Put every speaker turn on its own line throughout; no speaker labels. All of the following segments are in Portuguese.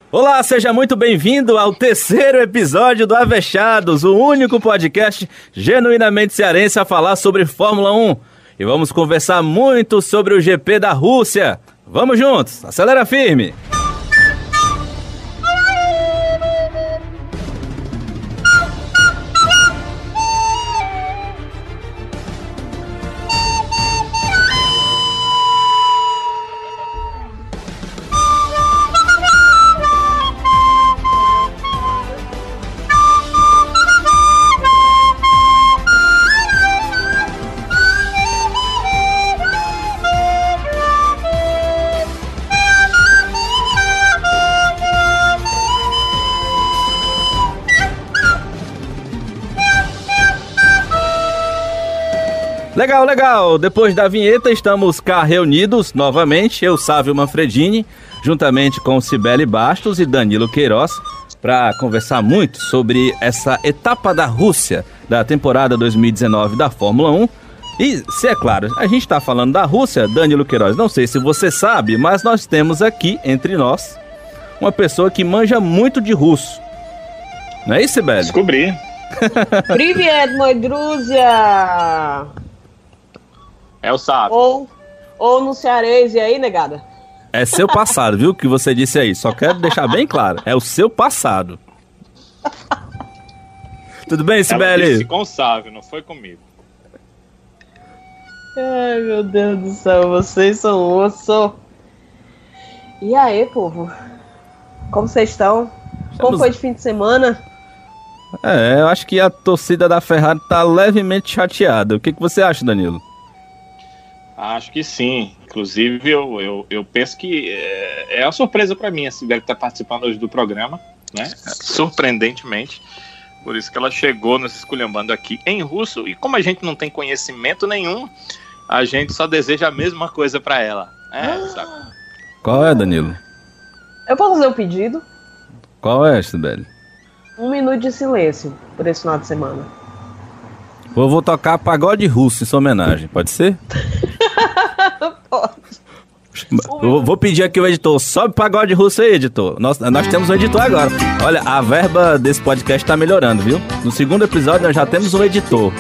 Olá, seja muito bem-vindo ao terceiro episódio do Avechados, o único podcast genuinamente cearense a falar sobre Fórmula 1. E vamos conversar muito sobre o GP da Rússia. Vamos juntos, acelera firme! Legal. Depois da vinheta, estamos cá reunidos novamente, eu, Sávio Manfredini, juntamente com Cibele Bastos e Danilo Queiroz, para conversar muito sobre essa etapa da Rússia da temporada 2019 da Fórmula 1. E, se é claro, a gente está falando da Rússia, Danilo Queiroz, não sei se você sabe, mas nós temos aqui, entre nós, uma pessoa que manja muito de russo. Não é isso, Cibele?
Descobri.
Привет, мой друзья!
É o Sávio.
Ou no cearês, e aí, negada?
É seu passado, viu, que você disse aí. Só quero deixar bem claro, é o seu passado. Tudo bem, Cibele?
Ela disse com o Sávio, não foi comigo.
Ai, meu Deus do céu, vocês são osso. E aí, povo? Como vocês estão? Como foi de fim de semana?
Eu acho que a torcida da Ferrari tá levemente chateada. O que você acha, Danilo?
Acho que sim. Inclusive, eu penso que é uma surpresa para mim a Cibele que tá participando hoje do programa, né? Surpreendentemente. Por isso que ela chegou nos esculhambando aqui em russo. E como a gente não tem conhecimento nenhum, a gente só deseja a mesma coisa para ela. Sabe?
Qual é, Danilo?
Eu posso fazer um pedido?
Qual é, Cibele?
1 minuto de silêncio por esse final de semana.
Eu vou tocar pagode russo em sua homenagem, pode ser?
Pode.
Eu vou pedir aqui o editor, sobe pagode russo aí, editor. Nós temos um editor agora. Olha, a verba desse podcast tá melhorando, viu? No segundo episódio nós já temos um editor.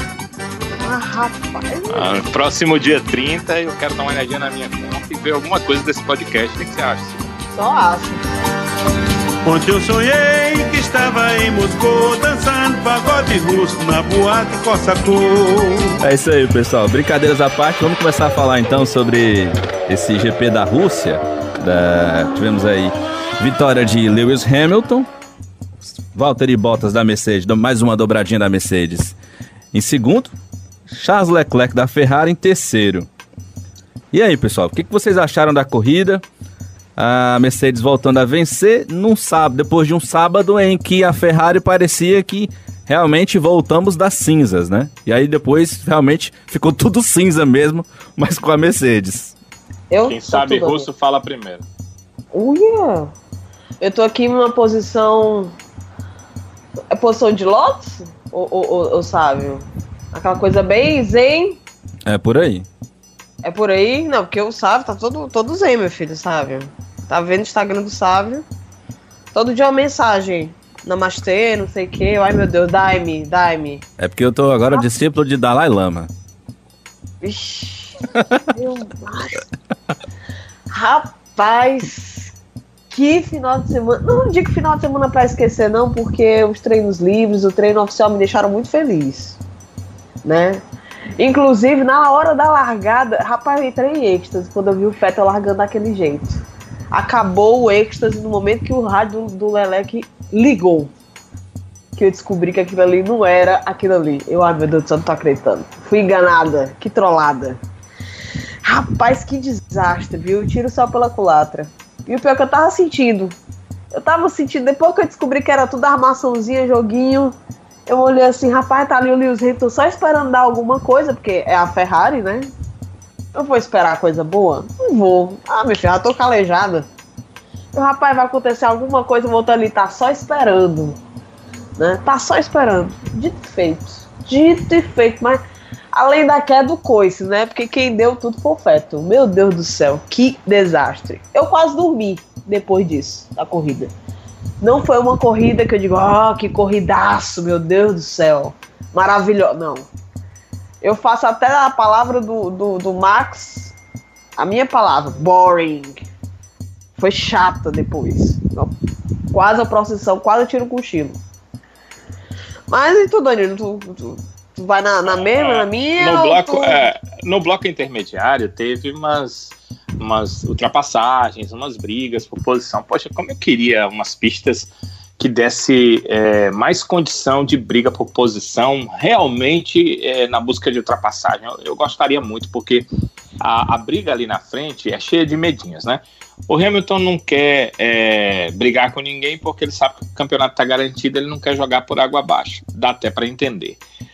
Rapaz.
Próximo dia 30 eu quero dar uma olhadinha na minha conta e ver alguma coisa desse podcast. O que você acha?
Só acho.
Ontem eu sonhei que estava em Moscou dançando pagode russo na boate Kossakov.
É isso aí, pessoal. Brincadeiras à parte, vamos começar a falar então sobre esse GP da Rússia. Tivemos aí vitória de Lewis Hamilton, Valtteri Bottas da Mercedes, mais uma dobradinha da Mercedes em segundo, Charles Leclerc da Ferrari em terceiro. E aí, pessoal, o que vocês acharam da corrida? A Mercedes voltando a vencer num sábado, depois de um sábado em que a Ferrari parecia que realmente voltamos das cinzas, né? E aí depois realmente ficou tudo cinza mesmo, mas com a Mercedes.
Quem sabe russo fala primeiro.
Eu tô aqui numa posição... É posição de Lotus? Ou Sávio? Aquela coisa bem zen?
É por aí.
É por aí? Não, porque o Sávio tá todo zen, meu filho, Sávio. Tá vendo o Instagram do Sávio? Todo dia uma mensagem. Namastê, não sei o que. Ai, meu Deus, dai-me.
É porque eu tô agora discípulo de Dalai Lama.
Ixi, meu Deus. Rapaz, que final de semana. Não digo final de semana pra esquecer, não, porque os treinos livres, o treino oficial me deixaram muito feliz, né? Inclusive, na hora da largada, rapaz, eu entrei em êxtase quando eu vi o Vettel largando daquele jeito. Acabou o êxtase no momento que o rádio do Leleque ligou. Que eu descobri que aquilo ali não era aquilo ali. Ai, meu Deus do céu, não tô acreditando. Fui enganada, que trollada. Rapaz, que desastre, viu? Tiro só pela culatra. E o pior é que eu tava sentindo, depois que eu descobri que era tudo armaçãozinha, joguinho, eu olhei assim, rapaz, tá ali o Lewis Hamilton só esperando dar alguma coisa, porque é a Ferrari, né? Eu vou esperar coisa boa? Não vou. Meu filho, já tô calejada. Rapaz, vai acontecer alguma coisa, o outro ali tá só esperando, né? Tá só esperando. Dito e feito, mas além da queda do coice, né? Porque quem deu tudo foi o Vettel. Meu Deus do céu, que desastre. Eu quase dormi depois disso, da corrida. Não foi uma corrida que eu digo, que corridaço, meu Deus do céu, maravilhoso. Não. Eu faço até a palavra do Max, a minha palavra, boring. Foi chata depois. Quase a procissão, quase eu tiro o cochilo. Mas e tu, Danilo? Tu vai na mesma, na minha?
No bloco intermediário teve umas ultrapassagens, umas brigas por posição. Poxa, como eu queria umas pistas que desse mais condição de briga por posição realmente na busca de ultrapassagem. Eu gostaria muito, porque a briga ali na frente é cheia de medinhos, né? O Hamilton não quer brigar com ninguém porque ele sabe que o campeonato está garantido, ele não quer jogar por água abaixo. Dá até para entender.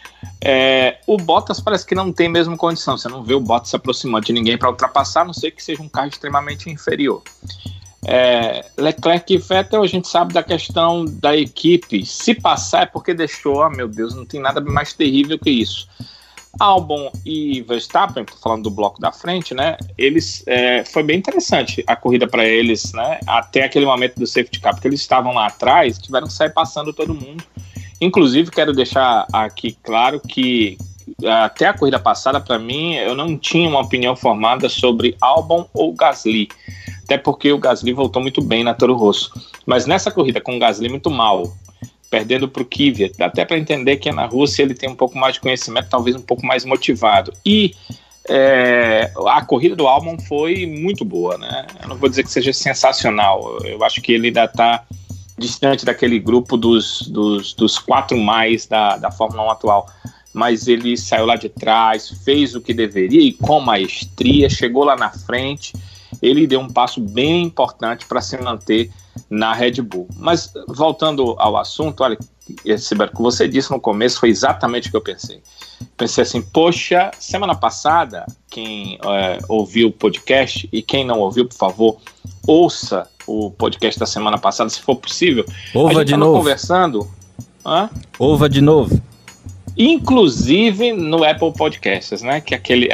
O Bottas parece que não tem mesmo condição. Você não vê o Bottas se aproximando de ninguém para ultrapassar, a não ser que seja um carro extremamente inferior. Leclerc e Vettel, a gente sabe da questão da equipe. Se passar é porque deixou, meu Deus, não tem nada mais terrível que isso. Albon e Verstappen, falando do bloco da frente, né? Eles foi bem interessante a corrida para eles, né? Até aquele momento do safety car, porque eles estavam lá atrás, tiveram que sair passando todo mundo. Inclusive, quero deixar aqui claro que até a corrida passada, para mim, eu não tinha uma opinião formada sobre Albon ou Gasly, até porque o Gasly voltou muito bem na Toro Rosso. Mas nessa corrida com o Gasly muito mal, perdendo para o Kvyat, dá até para entender que na Rússia ele tem um pouco mais de conhecimento, talvez um pouco mais motivado. E a corrida do Albon foi muito boa, né? Eu não vou dizer que seja sensacional, eu acho que ele ainda está distante daquele grupo dos 4 mais da Fórmula 1 atual, mas ele saiu lá de trás, fez o que deveria e com maestria, chegou lá na frente. Ele deu um passo bem importante para se manter na Red Bull. Mas voltando ao assunto, olha, Sibeli, o que você disse no começo foi exatamente o que eu pensei. Pensei assim, poxa, semana passada, quem ouviu o podcast, e quem não ouviu, por favor, ouça o podcast da semana passada, se for possível.
Ouva de novo.
Conversando.
Ouva de novo.
Inclusive no Apple Podcasts, né? Que aquele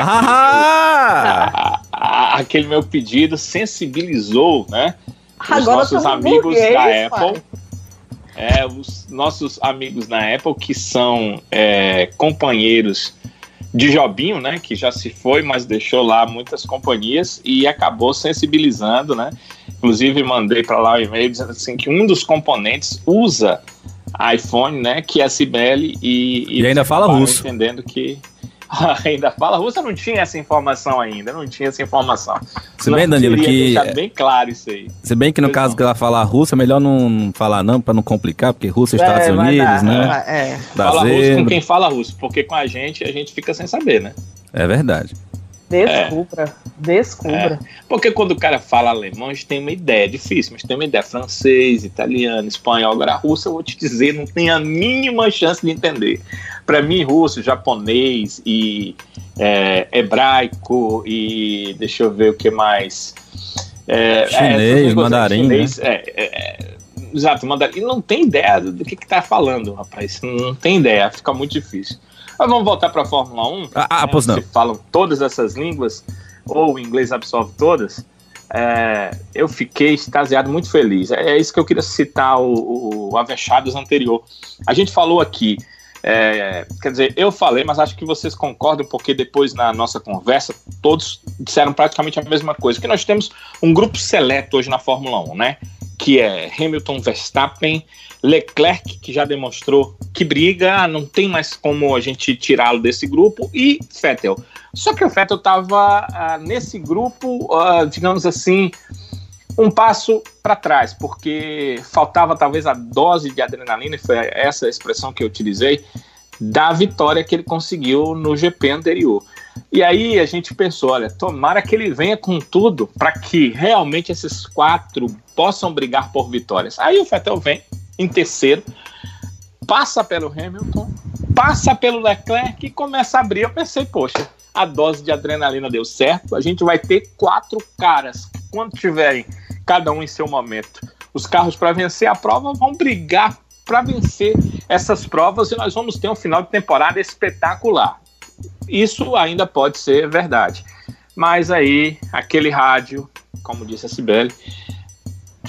meu pedido sensibilizou, né? Os nossos amigos da Apple. Os nossos amigos na Apple, que são companheiros de Jobinho, né? Que já se foi, mas deixou lá muitas companhias e acabou sensibilizando, né? Inclusive mandei para lá o e-mail dizendo assim que um dos componentes usa iPhone, né, que é a Sibeli e
ainda fala russo.
Entendendo que ainda fala russo, eu não tinha essa informação.
Se bem, Danilo, que
deixar bem claro isso aí.
Se bem que no caso que ela falar russo, é melhor não falar não, para não complicar, porque Rússia e Estados Unidos, né?
Fala russo com quem fala russo, porque com a gente fica sem saber, né?
É verdade.
Descubra.
Porque quando o cara fala alemão, a gente tem uma ideia, é difícil, mas tem uma ideia francês, italiano, espanhol. Agora russo, eu vou te dizer, não tem a mínima chance de entender. Para mim, russo, japonês e hebraico e deixa eu ver o que mais.
Chinês, mandarim.
Chinês, né? Exato, mandarim. E não tem ideia do que tá falando, rapaz. Não tem ideia, fica muito difícil. Mas vamos voltar para a Fórmula 1,
pois não.
Se falam todas essas línguas, ou o inglês absorve todas. Eu fiquei extasiado, muito feliz. É isso que eu queria citar o Avechados anterior. A gente falou aqui, quer dizer, eu falei, mas acho que vocês concordam, porque depois na nossa conversa, todos disseram praticamente a mesma coisa, que nós temos um grupo seleto hoje na Fórmula 1, né? Que é Hamilton, Verstappen, Leclerc, que já demonstrou que briga, não tem mais como a gente tirá-lo desse grupo, e Vettel. Só que o Vettel estava nesse grupo, digamos assim, um passo para trás, porque faltava talvez a dose de adrenalina, e foi essa a expressão que eu utilizei, da vitória que ele conseguiu no GP anterior. E aí a gente pensou, olha, tomara que ele venha com tudo para que realmente esses 4 possam brigar por vitórias. Aí o Vettel vem em terceiro, passa pelo Hamilton, passa pelo Leclerc e começa a abrir. Eu pensei, poxa, a dose de adrenalina deu certo, a gente vai ter 4 caras que, quando tiverem cada um em seu momento os carros para vencer a prova, vão brigar para vencer essas provas e nós vamos ter um final de temporada espetacular. Isso ainda pode ser verdade, mas aí aquele rádio, como disse a Sibeli,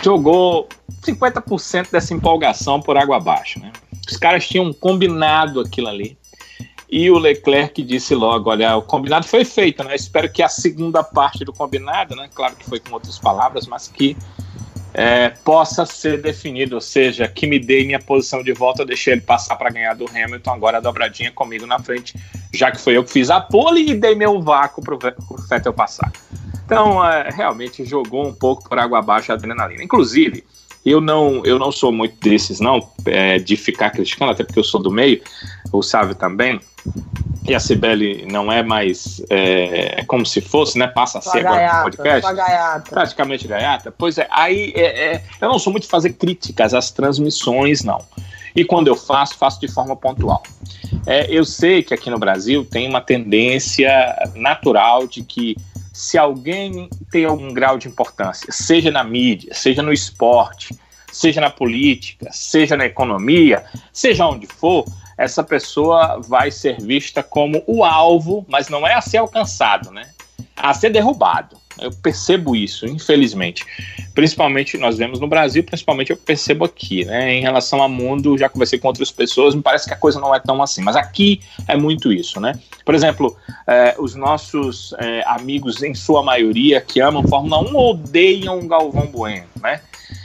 jogou 50% dessa empolgação por água abaixo, né? Os caras tinham combinado aquilo ali. E o Leclerc disse logo, olha, o combinado foi feito, né? Espero que a segunda parte do combinado, né? Claro que foi com outras palavras, mas que possa ser definido, ou seja, que me dê minha posição de volta, eu deixei ele passar para ganhar do Hamilton, agora a dobradinha comigo na frente, já que foi eu que fiz a pole e dei meu vácuo para o Vettel passar. Então, realmente jogou um pouco por água abaixo a adrenalina. Inclusive, eu não sou muito desses, não, de ficar criticando, até porque eu sou do meio, o Sávio também, e a Cibele não é mais como se fosse, né? Passa a ser agora no podcast. Praticamente gaiata. Pois é, aí eu não sou muito de fazer críticas às transmissões, não. E quando eu faço de forma pontual. Eu sei que aqui no Brasil tem uma tendência natural de que se alguém tem algum grau de importância, seja na mídia, seja no esporte, seja na política, seja na economia, seja onde for, essa pessoa vai ser vista como o alvo, mas não é a ser alcançado, né? A ser derrubado. Eu percebo isso, infelizmente. Principalmente, nós vemos no Brasil, principalmente eu percebo aqui, né? Em relação ao mundo, já conversei com outras pessoas, me parece que a coisa não é tão assim, mas aqui é muito isso, né? Por exemplo, os nossos amigos, em sua maioria, que amam Fórmula 1, odeiam Galvão Bueno, né?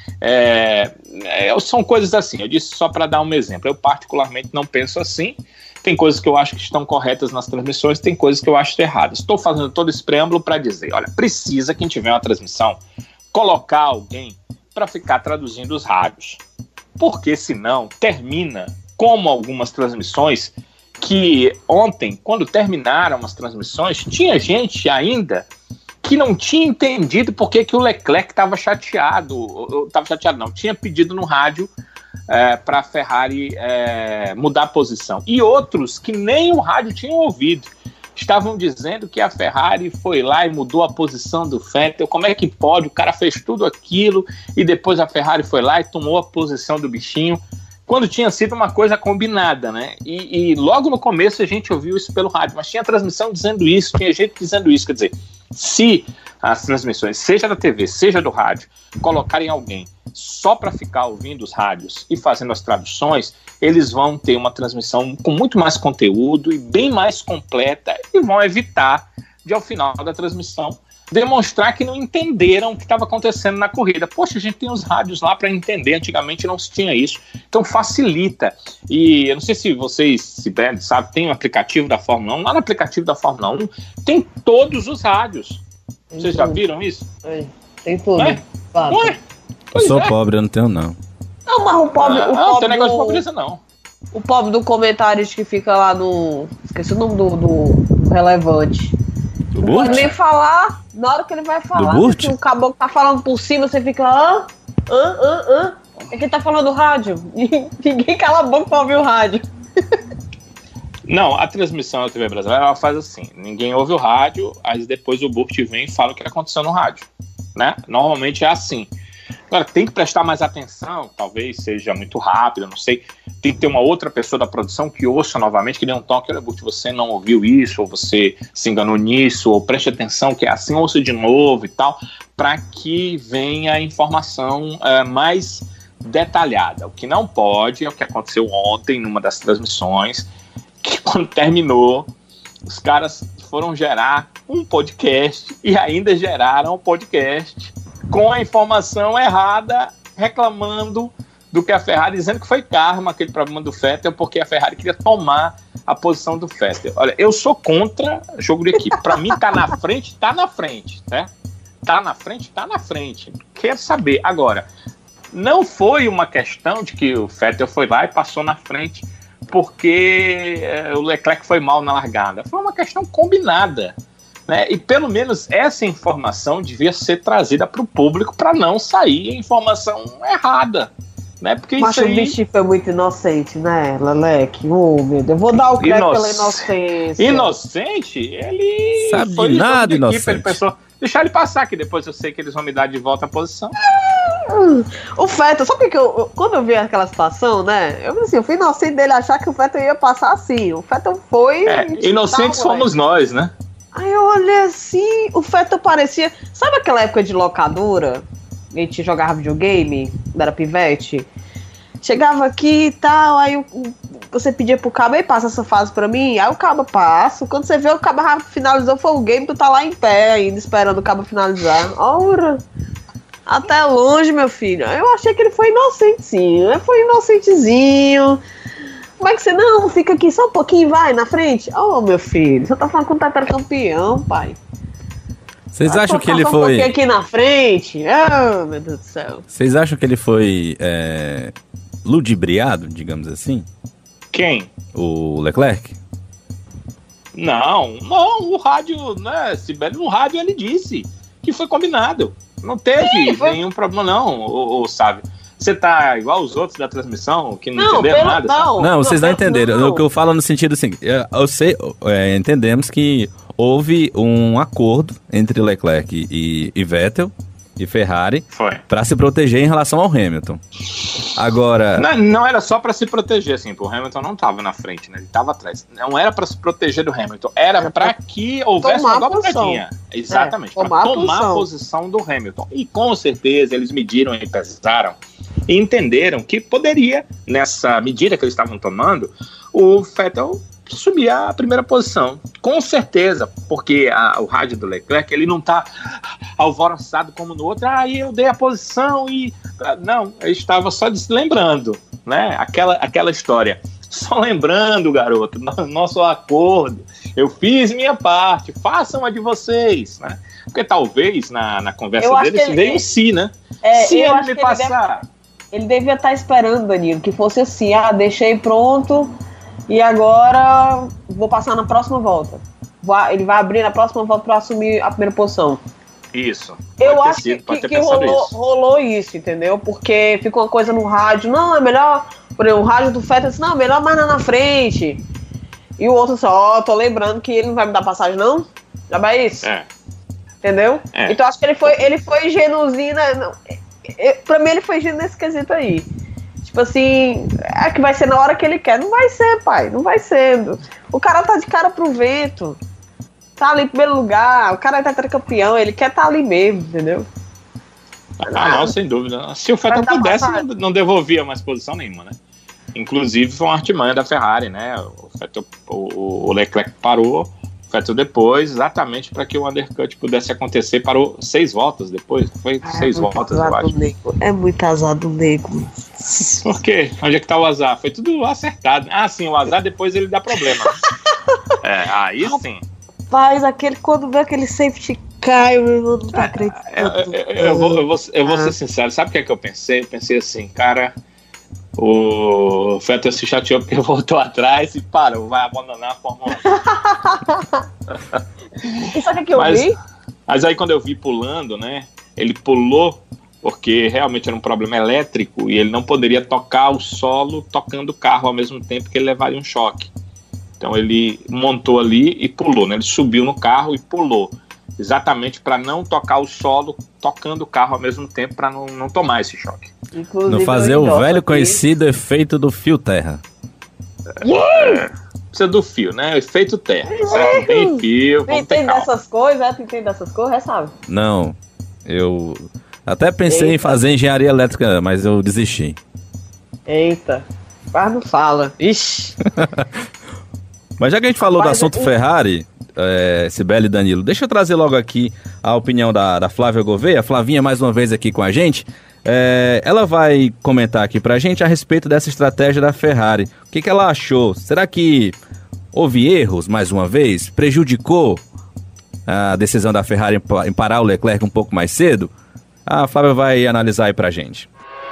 São coisas assim, eu disse só para dar um exemplo. Eu particularmente não penso assim. Tem coisas que eu acho que estão corretas nas transmissões, tem coisas que eu acho erradas. Estou fazendo todo esse preâmbulo para dizer, olha, precisa, quem tiver uma transmissão, colocar alguém para ficar traduzindo os rádios, porque senão termina como algumas transmissões que ontem, quando terminaram as transmissões, tinha gente ainda que não tinha entendido por que o Leclerc estava chateado. Não, tinha pedido no rádio para a Ferrari mudar a posição. E outros que nem o rádio tinham ouvido. Estavam dizendo que a Ferrari foi lá e mudou a posição do Vettel. Como é que pode? O cara fez tudo aquilo e depois a Ferrari foi lá e tomou a posição do bichinho, quando tinha sido uma coisa combinada, né? E logo no começo a gente ouviu isso pelo rádio, mas tinha transmissão dizendo isso, tinha gente dizendo isso. Quer dizer, se as transmissões, seja da TV, seja do rádio, colocarem alguém só para ficar ouvindo os rádios e fazendo as traduções, eles vão ter uma transmissão com muito mais conteúdo e bem mais completa e vão evitar de, ao final da transmissão, demonstrar que não entenderam o que estava acontecendo na corrida. Poxa, a gente tem os rádios lá para entender, antigamente não se tinha isso, então facilita. E eu não sei se vocês se sabem, tem um aplicativo da Fórmula 1, lá no aplicativo da Fórmula 1 tem todos os rádios. Vocês já viram isso?
Tem tudo.
Não é?
Eu sou pobre, eu não tenho não.
Não, mas o pobre
não tem negócio de pobreza não.
O pobre do comentário que fica lá no... Esqueci o nome do relevante.
Do
não
Burt?
pode nem falar. Na hora que ele vai falar,
se
o caboclo tá falando por cima, você fica... É quem tá falando rádio. Ninguém cala a boca pra ouvir o rádio.
Não, a transmissão da TV brasileira, ela faz assim. Ninguém ouve o rádio, aí depois o Burt vem e fala o que aconteceu no rádio, né? Normalmente é assim. Agora, tem que prestar mais atenção, talvez seja muito rápido, não sei. Tem que ter uma outra pessoa da produção que ouça novamente, que dê um toque, olha, Burt, você não ouviu isso, ou você se enganou nisso, ou preste atenção que é assim, ouça de novo e tal, para que venha a informação mais detalhada. O que não pode é o que aconteceu ontem numa das transmissões, que quando terminou, os caras foram gerar um podcast e ainda geraram um podcast com a informação errada, reclamando do que a Ferrari, dizendo que foi karma, aquele problema do Vettel, porque a Ferrari queria tomar a posição do Vettel. Olha, eu sou contra jogo de equipe. Para mim, tá na frente, né? Tá na frente. Quero saber. Agora, não foi uma questão de que o Vettel foi lá e passou na frente porque o Leclerc foi mal na largada. Foi uma questão combinada, né? E pelo menos essa informação devia ser trazida para o público para não sair a informação errada, né? Porque
mas
isso aí...
o bichinho foi muito inocente, né, Leleque? Oh, meu Deus, eu vou dar o crédito pela inocência.
Inocente? Ele
sabe foi de nada, inocente.
Ele pensou, deixar ele passar, que depois eu sei que eles vão me dar de volta a posição.
O Vettel, sabe o que quando eu vi aquela situação, né? Eu fui inocente dele achar que o Vettel ia passar assim. O Vettel foi...
inocentes fomos nós, né?
Aí eu olhei assim, o Vettel parecia... Sabe aquela época de locadora? a gente jogava videogame, era pivete. Chegava aqui e tal, aí você pedia pro cabo, aí passa essa fase pra mim, aí o cabo passa. Quando você vê o cabo finalizou, foi o game, tu tá lá em pé ainda, esperando o cabo finalizar. Ora, até longe, meu filho. Eu achei que ele foi inocentezinho, foi inocentezinho. Como é que você, não, fica aqui só um pouquinho, vai, na frente. Oh, meu filho, você tá falando com o tetracampeão, pai.
Vocês acham que ele
só um
foi...
pouquinho aqui na frente? Oh, meu Deus do céu.
Vocês acham que ele foi ludibriado, digamos assim?
Quem?
O Leclerc?
Não, o rádio, né, Sibeli, no rádio ele disse que foi combinado. Não teve nenhum problema, não, sabe? Você tá igual os outros da transmissão, que não entenderam nada?
Não, vocês não entenderam. O que eu falo no sentido assim, eu sei, entendemos que houve um acordo entre Leclerc e Vettel e Ferrari para se proteger em relação ao Hamilton. Agora...
Não era só para se proteger, assim, o Hamilton não estava na frente, né? Ele estava atrás. Não era para se proteger do Hamilton, era para que houvesse uma dobradinha. Exatamente, para tomar a posição do Hamilton. E com certeza eles mediram e pesaram e entenderam que poderia, nessa medida que eles estavam tomando, o Vettel subir a primeira posição, com certeza, porque o rádio do Leclerc, ele não tá alvoroçado como no outro, eu dei a posição e... Não, ele estava só lembrando, né, aquela história, só lembrando, garoto, nosso acordo, eu fiz minha parte, façam a de vocês, né, porque talvez na conversa dele isso veio em si, né, se ele me passar...
Ele devia estar esperando, Danilo, que fosse assim, deixei pronto... E agora vou passar na próxima volta. Ele vai abrir na próxima volta para assumir a primeira posição.
Isso.
Eu acho que rolou isso, entendeu? Porque fica uma coisa no rádio. Não, é melhor... Por exemplo, o rádio do Vettel disse, não, melhor mais na frente. E o outro só, tô lembrando que ele não vai me dar passagem, não? Já vai isso? Entendeu? Então acho que ele foi genuzinho, né? Pra mim ele foi genuíno nesse quesito aí. Tipo assim, que vai ser na hora que ele quer. Não vai ser, pai, não vai ser. O cara tá de cara pro vento. Tá ali em primeiro lugar. O cara é tetracampeão, ele quer tá ali mesmo, entendeu?
Não, sem dúvida. Se o Vettel pudesse, não devolvia mais posição nenhuma, né? Inclusive foi uma artimanha da Ferrari, né? O Leclerc parou, o Vettel depois, exatamente para que o undercut pudesse acontecer. Parou 6 voltas depois. Foi 6 voltas, eu acho.
É muito azar do nego.
Por quê? Onde é que tá o azar? Foi tudo acertado. Sim, o azar depois ele dá problema. Aí sim.
Faz quando vê aquele safety car, eu não tô acreditando.
Eu vou ser sincero, sabe o que é que eu pensei? Eu pensei assim, cara, o Vettel se chateou porque voltou atrás e parou, vai abandonar a Fórmula
1. Isso aqui que eu vi?
Mas aí quando eu vi pulando, né, ele pulou porque realmente era um problema elétrico e ele não poderia tocar o solo tocando o carro ao mesmo tempo que ele levaria um choque. Então ele montou ali e pulou, né? Ele subiu no carro e pulou, exatamente para não tocar o solo tocando o carro ao mesmo tempo, para não tomar esse choque.
Inclusive, não fazer o velho conhecido efeito do fio terra.
Precisa do fio, né? Efeito terra. Certo? Não tem fio.
Tu entende dessas coisas? Tu entende dessas coisas? Sabe?
Não, eu até pensei em fazer engenharia elétrica, mas eu desisti.
Eita, quase não fala. Ixi.
Mas já que a gente falou do assunto Ferrari, Sibeli e Danilo, deixa eu trazer logo aqui a opinião da Flávia Gouveia. A Flavinha mais uma vez aqui com a gente. Ela vai comentar aqui pra gente a respeito dessa estratégia da Ferrari. O que ela achou? Será que houve erros, mais uma vez? Prejudicou a decisão da Ferrari em parar o Leclerc um pouco mais cedo? A Flávia vai analisar aí pra gente.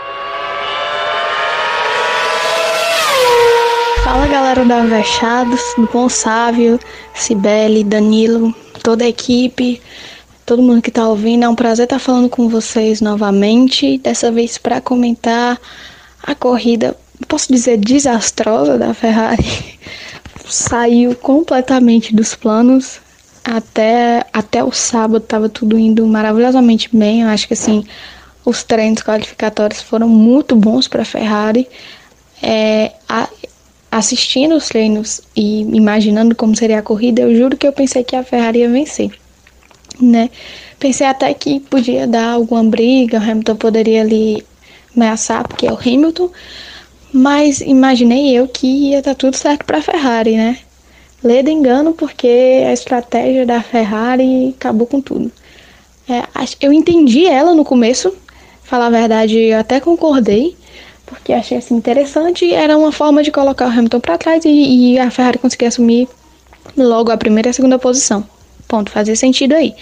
Fala, galera da Avechados, do Bom Sávio, Sibeli, Danilo, toda a equipe, todo mundo que tá ouvindo. É um prazer estar falando com vocês novamente, dessa vez para comentar a corrida, posso dizer, desastrosa da Ferrari. Saiu completamente dos planos. Até o sábado estava tudo indo maravilhosamente bem. Eu acho que assim, os treinos qualificatórios foram muito bons para a Ferrari. Assistindo os treinos e imaginando como seria a corrida, eu juro que eu pensei que a Ferrari ia vencer, né? Pensei até que podia dar alguma briga, o Hamilton poderia ali ameaçar, porque é o Hamilton, mas imaginei eu que ia dar tudo certo para a Ferrari, né? Ledo engano, porque a estratégia da Ferrari acabou com tudo. Eu entendi ela no começo, falar a verdade, eu até concordei, porque achei assim interessante, era uma forma de colocar o Hamilton para trás e a Ferrari conseguir assumir logo a primeira e a segunda posição. Ponto, fazia sentido aí.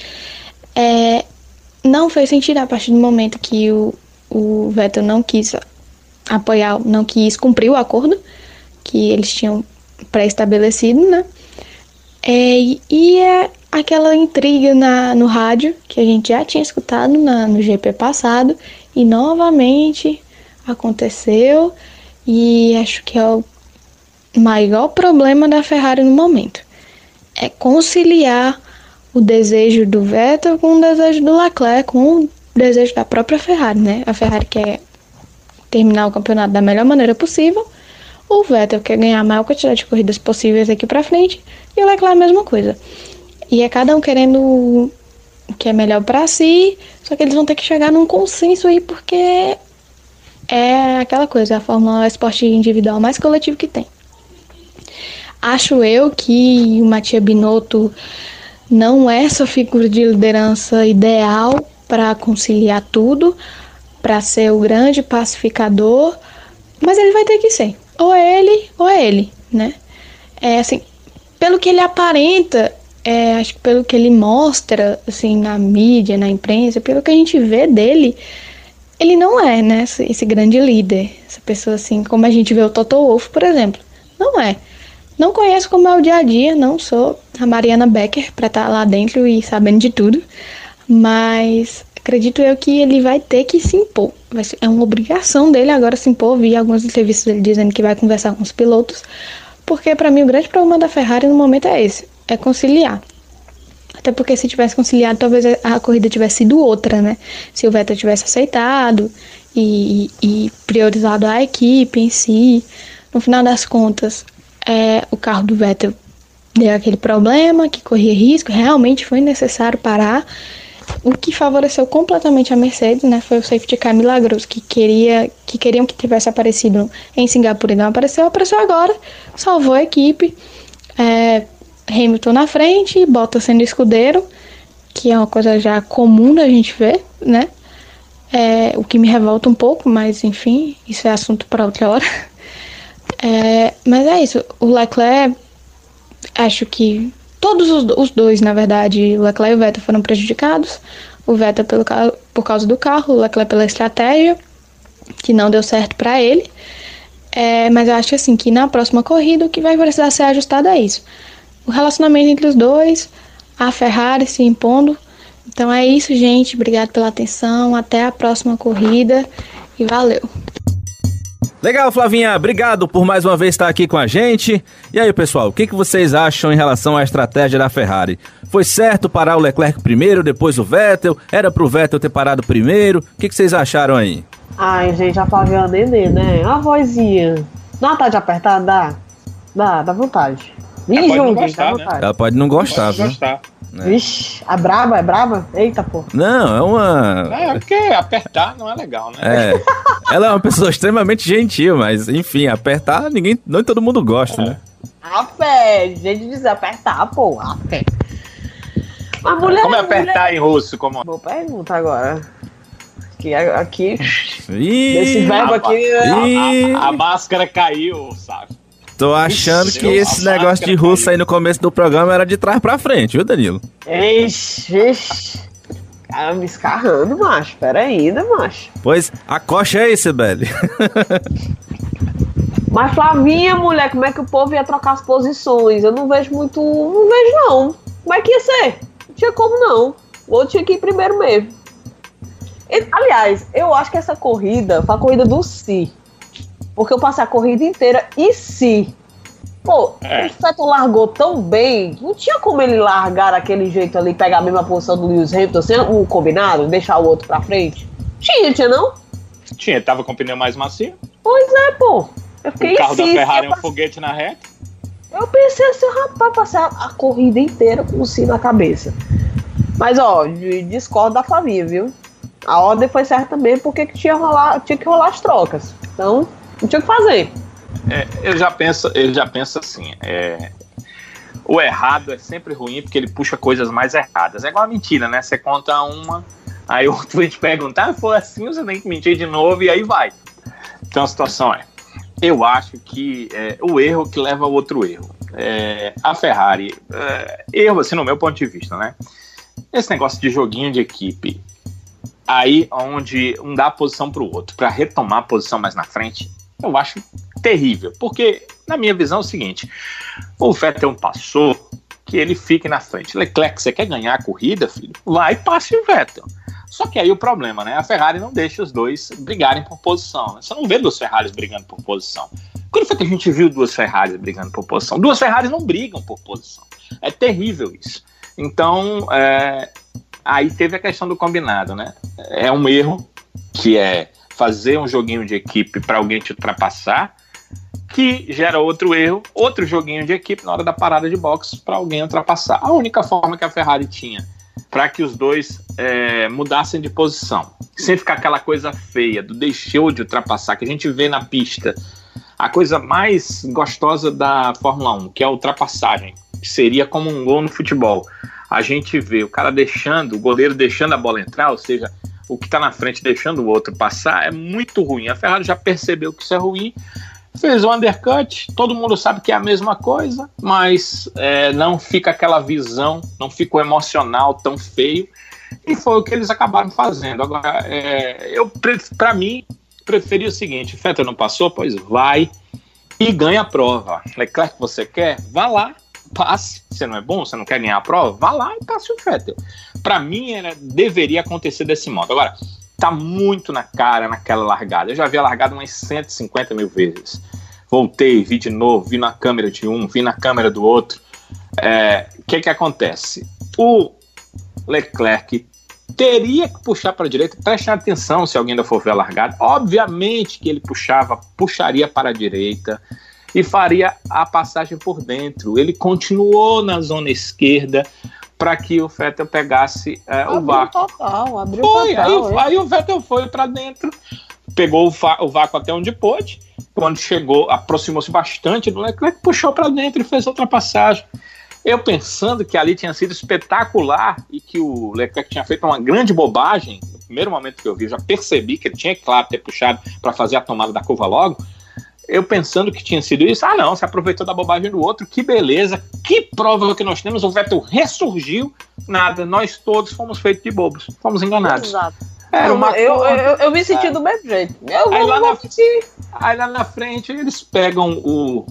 Não fez sentido a partir do momento que o Vettel não quis apoiar, não quis cumprir o acordo que eles tinham pré-estabelecido, né? Aquela intriga no rádio que a gente já tinha escutado no GP passado e novamente aconteceu, e acho que é o maior problema da Ferrari no momento. É conciliar o desejo do Vettel com o desejo do Leclerc, com o desejo da própria Ferrari, né? A Ferrari quer terminar o campeonato da melhor maneira possível, o Vettel quer ganhar a maior quantidade de corridas possíveis aqui pra frente, e o Leclerc a mesma coisa. E é cada um querendo o que é melhor pra si, só que eles vão ter que chegar num consenso aí, porque é aquela coisa, a Fórmula 1 é o esporte individual mais coletivo que tem. Acho eu que o Mattia Binotto não é essa figura de liderança ideal para conciliar tudo, para ser o grande pacificador, mas ele vai ter que ser. Ou é ele, né? Assim, pelo que ele aparenta, acho que pelo que ele mostra, assim, na mídia, na imprensa, pelo que a gente vê dele, ele não é, né, esse grande líder, essa pessoa assim, como a gente vê o Toto Wolff, por exemplo. Não é. Não conheço como é o dia a dia, não sou a Mariana Becker para estar lá dentro e sabendo de tudo, mas acredito eu que ele vai ter que se impor. É uma obrigação dele agora se impor. Vi algumas entrevistas dele dizendo que vai conversar com os pilotos, porque para mim o grande problema da Ferrari no momento é esse, é conciliar. Até porque se tivesse conciliado, talvez a corrida tivesse sido outra, né? Se o Vettel tivesse aceitado e priorizado a equipe em si. No final das contas, o carro do Vettel deu aquele problema, que corria risco, realmente foi necessário parar. O que favoreceu completamente a Mercedes, né, foi o safety car milagroso, que queriam que tivesse aparecido em Singapura e não apareceu agora, salvou a equipe. Hamilton na frente, Bottas sendo escudeiro, que é uma coisa já comum da gente ver, né? O que me revolta um pouco, mas enfim, isso é assunto para outra hora. Mas é isso, o Leclerc, acho que todos os dois, na verdade, o Leclerc e o Vettel foram prejudicados. O Vettel por causa do carro, o Leclerc pela estratégia, que não deu certo para ele. Mas eu acho assim, que na próxima corrida o que vai precisar ser ajustado é isso. O relacionamento entre os dois, a Ferrari se impondo. Então é isso, gente. Obrigado pela atenção. Até a próxima corrida e valeu.
Legal, Flavinha. Obrigado por mais uma vez estar aqui com a gente. E aí, pessoal, o que vocês acham em relação à estratégia da Ferrari? Foi certo parar o Leclerc primeiro, depois o Vettel? Era pro Vettel ter parado primeiro? O que vocês acharam aí?
Ai, gente, a Flavinha Nenê, né? A vozinha. Dá vontade de apertar? Dá vontade. Me julguem, dá vontade.
Ela pode não gostar, viu?
Vixe, a braba é braba? Eita, pô.
Não, é uma...
porque apertar não é legal, né?
Ela é uma pessoa extremamente gentil, mas, enfim, apertar, não todo mundo gosta, né?
A fé, gente dizer apertar, pô, a fé. Mas mulher...
Como é apertar em russo?
Boa pergunta agora. Aqui
Ih,
desse verbo aqui...
A máscara caiu, sabe?
Tô achando que esse negócio de russo aí no começo do programa era de trás pra frente, viu, Danilo?
Ixi. Cara, me escarrando, macho. Pera aí, né, macho?
Pois, acocha aí, Sibeli.
Mas, Flavinha, mulher, como é que o povo ia trocar as posições? Eu não vejo muito... Não vejo, não. Como é que ia ser? Não tinha como, não. O outro tinha que ir primeiro mesmo. Aliás, eu acho que essa corrida foi a corrida do si. Porque eu passei a corrida inteira e se... Pô, o Vettel largou tão bem, não tinha como ele largar daquele jeito ali, pegar a mesma posição do Lewis Hamilton, sem o combinado, deixar o outro pra frente. Tinha não?
Tinha, tava com o pneu mais macio.
Pois é, pô. Eu fiquei
o carro da Ferrari é um foguete na reta.
Eu pensei assim, rapaz, passar a corrida inteira com o si na cabeça. Mas, ó, discordo da Flavinha, viu? A ordem foi certa também porque tinha que rolar as trocas. Então, não tinha o que fazer.
Eu já penso assim, o errado é sempre ruim porque ele puxa coisas mais erradas. É igual a mentira, né? Você conta uma, aí o outro vai te perguntar, foi assim, você tem que mentir de novo e aí vai. Então a situação eu acho que o erro que leva ao outro erro. A Ferrari, erro assim no meu ponto de vista, né? Esse negócio de joguinho de equipe, aí onde um dá a posição para o outro, para retomar a posição mais na frente, eu acho terrível, porque na minha visão é o seguinte, o Vettel passou, que ele fique na frente. Leclerc, você quer ganhar a corrida, filho? Vai e passe o Vettel. Só que aí o problema, né? A Ferrari não deixa os dois brigarem por posição, né? Você não vê duas Ferraris brigando por posição. Quando foi que a gente viu duas Ferraris brigando por posição? Duas Ferraris não brigam por posição. É terrível isso. Então, aí teve a questão do combinado, né? É um erro que é fazer um joguinho de equipe para alguém te ultrapassar, que gera outro erro, outro joguinho de equipe na hora da parada de boxe para alguém ultrapassar. A única forma que a Ferrari tinha para que os dois mudassem de posição, sem ficar aquela coisa feia do deixou de ultrapassar, que a gente vê na pista, a coisa mais gostosa da Fórmula 1, que é a ultrapassagem, que seria como um gol no futebol. A gente vê o cara o goleiro deixando a bola entrar, ou seja, o que está na frente deixando o outro passar, é muito ruim. A Ferrari já percebeu que isso é ruim, fez o undercut, todo mundo sabe que é a mesma coisa, mas não fica aquela visão, não fica o emocional tão feio, e foi o que eles acabaram fazendo. Agora, para mim, preferi o seguinte: Vettel não passou? Pois vai e ganha a prova. Leclerc, você quer? Vá lá, passe. Você não é bom? Você não quer ganhar a prova? Vá lá e passe o Vettel. Para mim, deveria acontecer desse modo. Agora, tá muito na cara naquela largada. Eu já vi a largada umas 150 mil vezes. Voltei, vi de novo, vi na câmera de um, vi na câmera do outro. O que acontece? O Leclerc teria que puxar para a direita. Prestem atenção se alguém ainda for ver a largada. Obviamente que ele puxaria para a direita e faria a passagem por dentro. Ele continuou na zona esquerda para que o Vettel pegasse o vácuo.
Abriu total.
Aí o Vettel foi para dentro, pegou o vácuo até onde pôde. Quando chegou, aproximou-se bastante do Leclerc, puxou para dentro e fez outra passagem. Eu pensando que ali tinha sido espetacular e que o Leclerc tinha feito uma grande bobagem, no primeiro momento que eu vi, eu já percebi que ele tinha, claro, ter puxado para fazer a tomada da curva logo. Eu pensando que tinha sido isso, não, se aproveitou da bobagem do outro, que beleza, que prova que nós temos, o Vettel ressurgiu, nada, nós todos fomos feitos de bobos, fomos enganados.
Exato. Eu me senti do mesmo jeito. Aí
lá na frente eles pegam o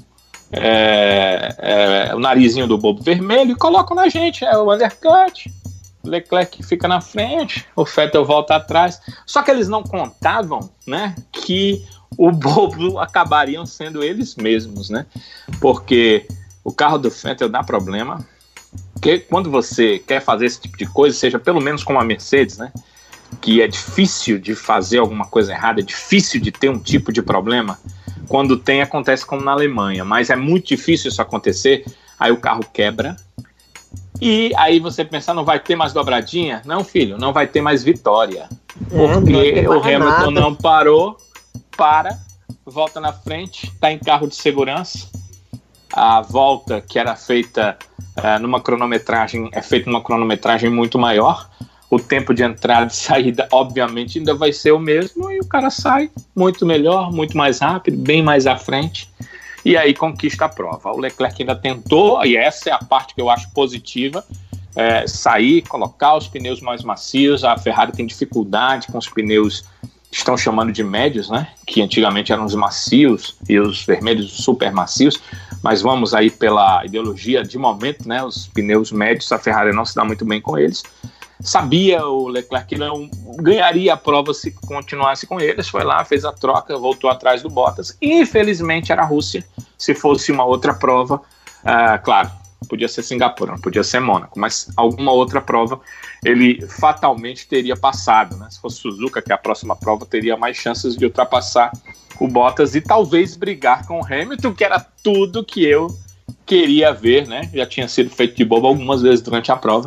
narizinho do bobo vermelho e colocam na gente, o undercut, o Leclerc fica na frente, o Vettel volta atrás, só que eles não contavam, né, que o bobo acabariam sendo eles mesmos, né? Porque o carro do Vettel dá problema, porque quando você quer fazer esse tipo de coisa, seja pelo menos com uma Mercedes, né? Que é difícil de fazer alguma coisa errada, é difícil de ter um tipo de problema. Quando tem, acontece como na Alemanha, mas é muito difícil isso acontecer. Aí o carro quebra e aí você pensa, não vai ter mais dobradinha? Não, filho, não vai ter mais vitória, porque o Hamilton não parou, volta na frente, está em carro de segurança. A volta que era feita numa cronometragem é feita numa cronometragem muito maior. O tempo de entrada e saída, obviamente, ainda vai ser o mesmo, e o cara sai muito melhor, muito mais rápido, bem mais à frente, e aí conquista a prova. O Leclerc ainda tentou, e essa é a parte que eu acho positiva, sair, colocar os pneus mais macios. A Ferrari tem dificuldade com os pneus que estão chamando de médios, né? Que antigamente eram os macios e os vermelhos super macios, mas vamos aí pela ideologia de momento, né? Os pneus médios, a Ferrari não se dá muito bem com eles. Sabia o Leclerc que não ganharia a prova se continuasse com eles, foi lá, fez a troca, voltou atrás do Bottas. Infelizmente era a Rússia. Se fosse uma outra prova, claro, podia ser Singapura, não podia ser Mônaco, mas alguma outra prova ele fatalmente teria passado, né? Se fosse Suzuka, que é a próxima prova, teria mais chances de ultrapassar o Bottas e talvez brigar com o Hamilton, que era tudo que eu queria ver, né? Já tinha sido feito de bobo algumas vezes durante a prova.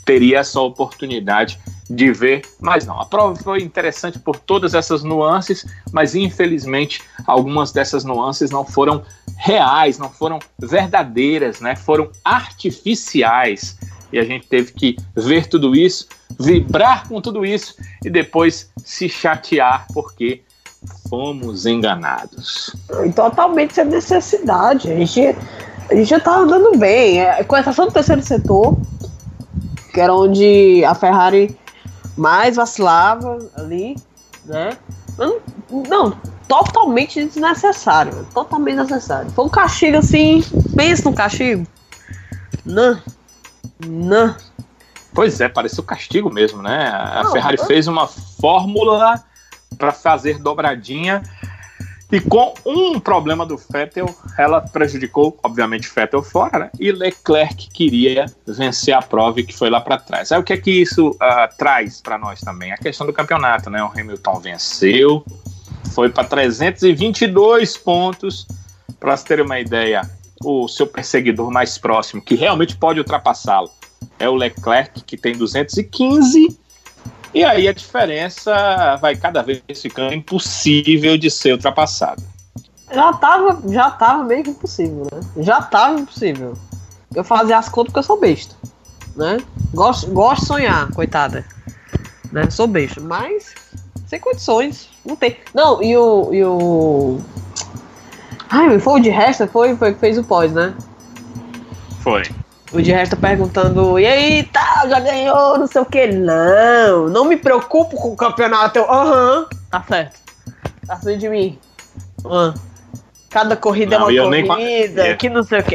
teria essa oportunidade de ver, mas não. A prova foi interessante por todas essas nuances, mas infelizmente algumas dessas nuances não foram reais, não foram verdadeiras, né? Foram artificiais, e a gente teve que ver tudo isso, vibrar com tudo isso e depois se chatear porque fomos enganados.
Totalmente sem necessidade. A gente já tá andando bem, com exceção do terceiro setor, que era onde a Ferrari mais vacilava ali, né? Não, totalmente desnecessário. Totalmente desnecessário. Foi um castigo assim, pensa num castigo. Não.
Pois é, pareceu castigo mesmo, né? A Ferrari fez uma fórmula para fazer dobradinha e com um problema do Vettel, ela prejudicou, obviamente, Vettel fora, né? E Leclerc queria vencer a prova e que foi lá para trás. Aí o que é que isso traz para nós também? A questão do campeonato, né? O Hamilton venceu, foi para 322 pontos. Para você ter uma ideia, o seu perseguidor mais próximo, que realmente pode ultrapassá-lo, é o Leclerc, que tem 215. E aí a diferença vai cada vez ficando impossível de ser ultrapassada.
Já tava meio que impossível, né? Já tava impossível. Eu fazia as contas porque eu sou besta, né? Gosto de sonhar, coitada, né? Sou besta, mas sem condições, não tem. Não, e o... Ai, foi o de Resta, foi que fez o pós, né?
Foi.
O de Resta perguntando, e aí, tá, já ganhou, não sei o que. Não me preocupo com o campeonato. Tá certo. Tá certo de mim. Cada corrida
não,
é uma corrida, que não sei o que.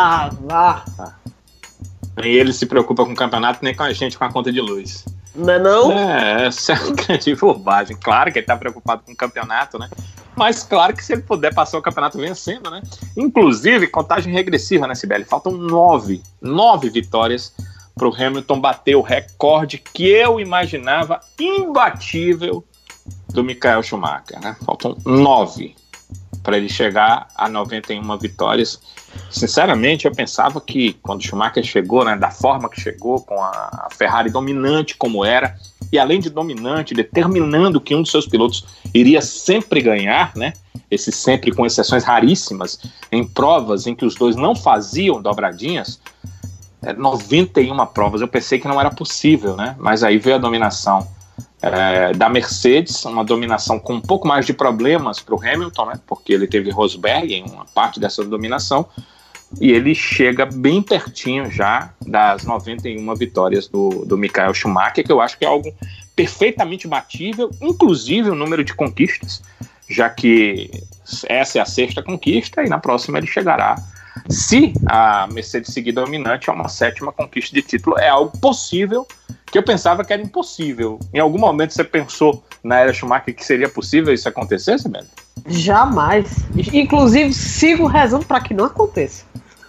Nem ele se preocupa com o campeonato, nem com a gente com a conta de luz.
Não é não?
Essa é uma grande bobagem. Claro que ele tá preocupado com o campeonato, né? Mas claro que se ele puder passar o campeonato vencendo, né? Inclusive, contagem regressiva, né, Sibeli? Faltam 9 vitórias para o Hamilton bater o recorde que eu imaginava imbatível do Michael Schumacher, né? Faltam 9 para ele chegar a 91 vitórias. Sinceramente, eu pensava que quando o Schumacher chegou, né, da forma que chegou, com a Ferrari dominante como era, e além de dominante, determinando que um dos seus pilotos iria sempre ganhar, né? Esse sempre com exceções raríssimas, em provas em que os dois não faziam dobradinhas, 91 provas, eu pensei que não era possível, né? Mas aí veio a dominação da Mercedes, uma dominação com um pouco mais de problemas para o Hamilton, né? Porque ele teve Rosberg em uma parte dessa dominação, e ele chega bem pertinho já das 91 vitórias do Michael Schumacher, que eu acho que é algo perfeitamente batível, inclusive o número de conquistas, já que essa é a 6ª conquista e na próxima ele chegará, se a Mercedes seguir dominante, a uma 7ª conquista de título. É algo possível, que eu pensava que era impossível. Em algum momento você pensou na era Schumacher que seria possível isso acontecer, Sibeli?
Jamais. Inclusive, sigo rezando para que não aconteça.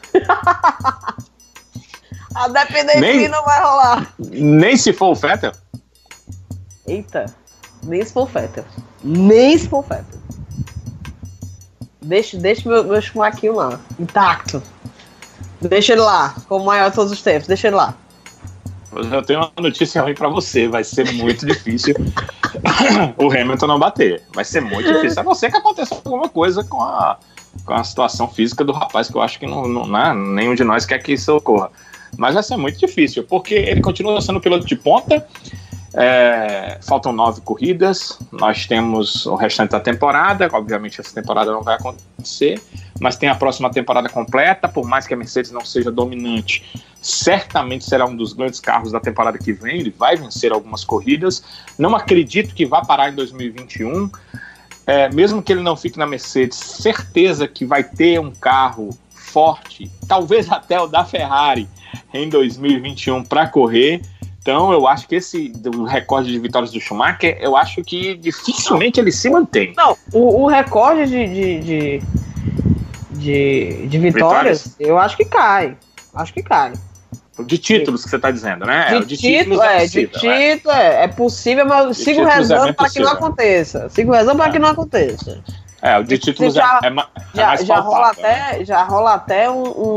A depender de mim não vai rolar.
Nem se for o Vettel?
Eita, nem se for o Vettel. Nem se for o Vettel. Deixa meu Schumacher lá, intacto. Deixa ele lá, como o maior de todos os tempos. Deixa ele lá.
Eu tenho uma notícia ruim pra você. Vai ser muito difícil o Hamilton não bater. Vai ser muito difícil. A não ser que aconteça alguma coisa com a situação física do rapaz, que eu acho que nenhum de nós quer que isso ocorra. Mas vai ser muito difícil, porque ele continua sendo piloto de ponta. Faltam 9 corridas. Nós temos o restante da temporada. Obviamente essa temporada não vai acontecer, mas tem a próxima temporada completa. Por mais que a Mercedes não seja dominante, certamente será um dos grandes carros da temporada que vem. Ele vai vencer algumas corridas. Não acredito que vá parar em 2021. Mesmo que ele não fique na Mercedes, certeza que vai ter um carro forte, talvez até o da Ferrari em 2021 para correr. Então eu acho que esse do recorde de vitórias do Schumacher, eu acho que dificilmente ele se mantém.
Não, o recorde de vitórias, eu acho que cai.
De títulos que você está dizendo, né?
De título é possível, mas sigo rezando para que não aconteça.
O de títulos é mais palpável,
já rola até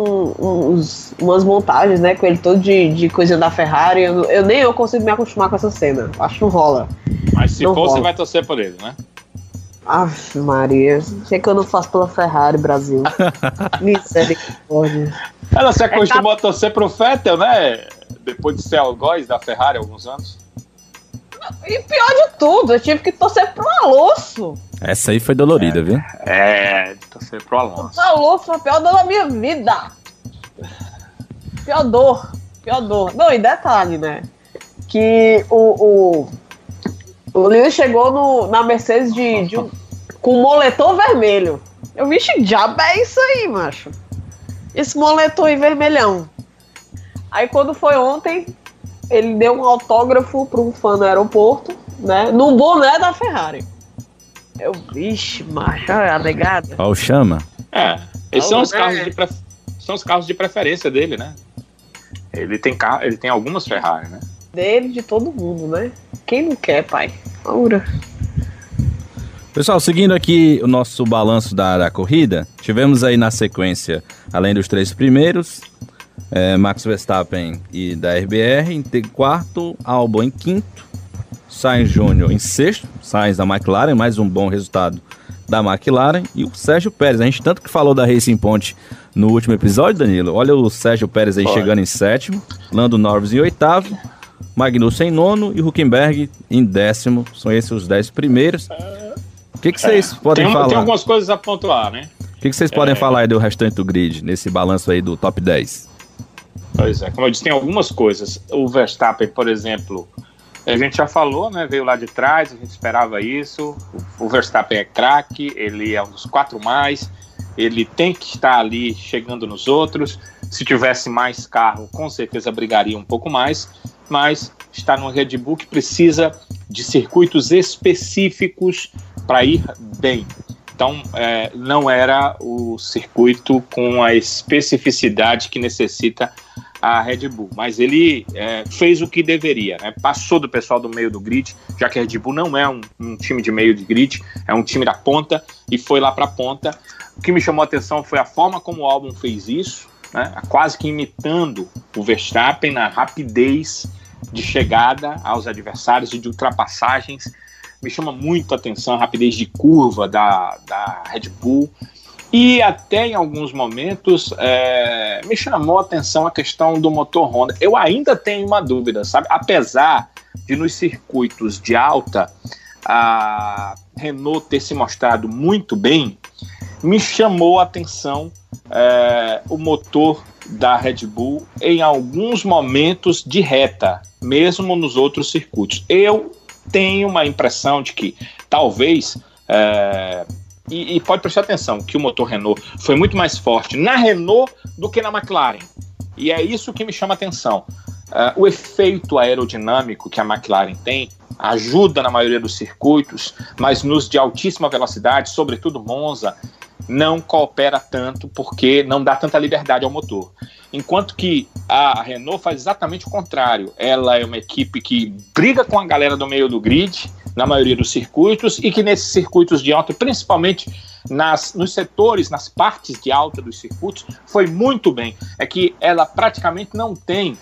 umas montagens, né, com ele todo de coisa da Ferrari. Eu consigo me acostumar com essa cena. Acho que não rola.
Mas se for, você vai torcer por ele, né?
Aff, Maria, o que é que eu não faço pela Ferrari, Brasil? Misericórdia.
Ela se acostumou a torcer pro Vettel, né? Depois de ser algoz da Ferrari há alguns anos.
E pior de tudo, eu tive que torcer pro Alonso.
Essa aí foi dolorida, viu?
Torcer pro Alonso.
O Alonso foi a pior dor da minha vida. Pior dor. Não, e detalhe, né? Que o Lewis chegou na Mercedes com um moletom vermelho. Eu vi, diabo é isso aí, macho. Esse moletom aí vermelhão. Aí quando foi ontem, ele deu um autógrafo para um fã no aeroporto, né? No boné da Ferrari. Eu, vixe, macho, olha a negada.
Olha o chama.
Esses são os carros de preferência dele, né? Ele tem algumas Ferrari, né?
Dele, de todo mundo, né? Quem não quer, pai? Aura.
Pessoal, seguindo aqui o nosso balanço da corrida, tivemos aí na sequência, além dos 3 primeiros, Max Verstappen e da RBR em quarto, Albon em quinto, Sainz Júnior em sexto, Sainz da McLaren, mais um bom resultado da McLaren, e o Sérgio Pérez. A gente tanto que falou da Racing Point no último episódio, Danilo. Olha o Sérgio Pérez aí chegando em sétimo, Lando Norris em oitavo, Magnussen em nono e Hülkenberg em décimo. São esses os 10 primeiros. O que vocês podem falar?
Tem algumas coisas a pontuar, né?
O que vocês podem falar aí do restante do grid, nesse balanço aí do top 10?
Pois é, como eu disse, tem algumas coisas. O Verstappen, por exemplo, a gente já falou, né? Veio lá de trás, a gente esperava isso. O Verstappen é craque, ele é um dos 4 mais. Ele tem que estar ali chegando nos outros. Se tivesse mais carro, com certeza brigaria um pouco mais. Mas está no Red Bull que precisa de circuitos específicos para ir bem. Então, não era o circuito com a especificidade que necessita a Red Bull. Mas ele fez o que deveria, né? Passou do pessoal do meio do grid, já que a Red Bull não é um time de meio de grid, é um time da ponta, e foi lá para a ponta. O que me chamou a atenção foi a forma como o Albon fez isso, né? Quase que imitando o Verstappen na rapidez de chegada aos adversários e de ultrapassagens. Me chama muito a atenção a rapidez de curva da Red Bull. E até em alguns momentos me chamou a atenção a questão do motor Honda. Eu ainda tenho uma dúvida, sabe? Apesar de nos circuitos de alta a Renault ter se mostrado muito bem, me chamou a atenção o motor da Red Bull em alguns momentos de reta, mesmo nos outros circuitos. Eu tenho uma impressão de que talvez, e pode prestar atenção, que o motor Renault foi muito mais forte na Renault do que na McLaren. E é isso que me chama a atenção. O efeito aerodinâmico que a McLaren tem ajuda na maioria dos circuitos, mas nos de altíssima velocidade, sobretudo Monza, não coopera tanto porque não dá tanta liberdade ao motor. Enquanto que a Renault faz exatamente o contrário. Ela é uma equipe que briga com a galera do meio do grid, na maioria dos circuitos, e que nesses circuitos de alta, principalmente nos setores, nas partes de alta dos circuitos, foi muito bem. É que ela praticamente não tem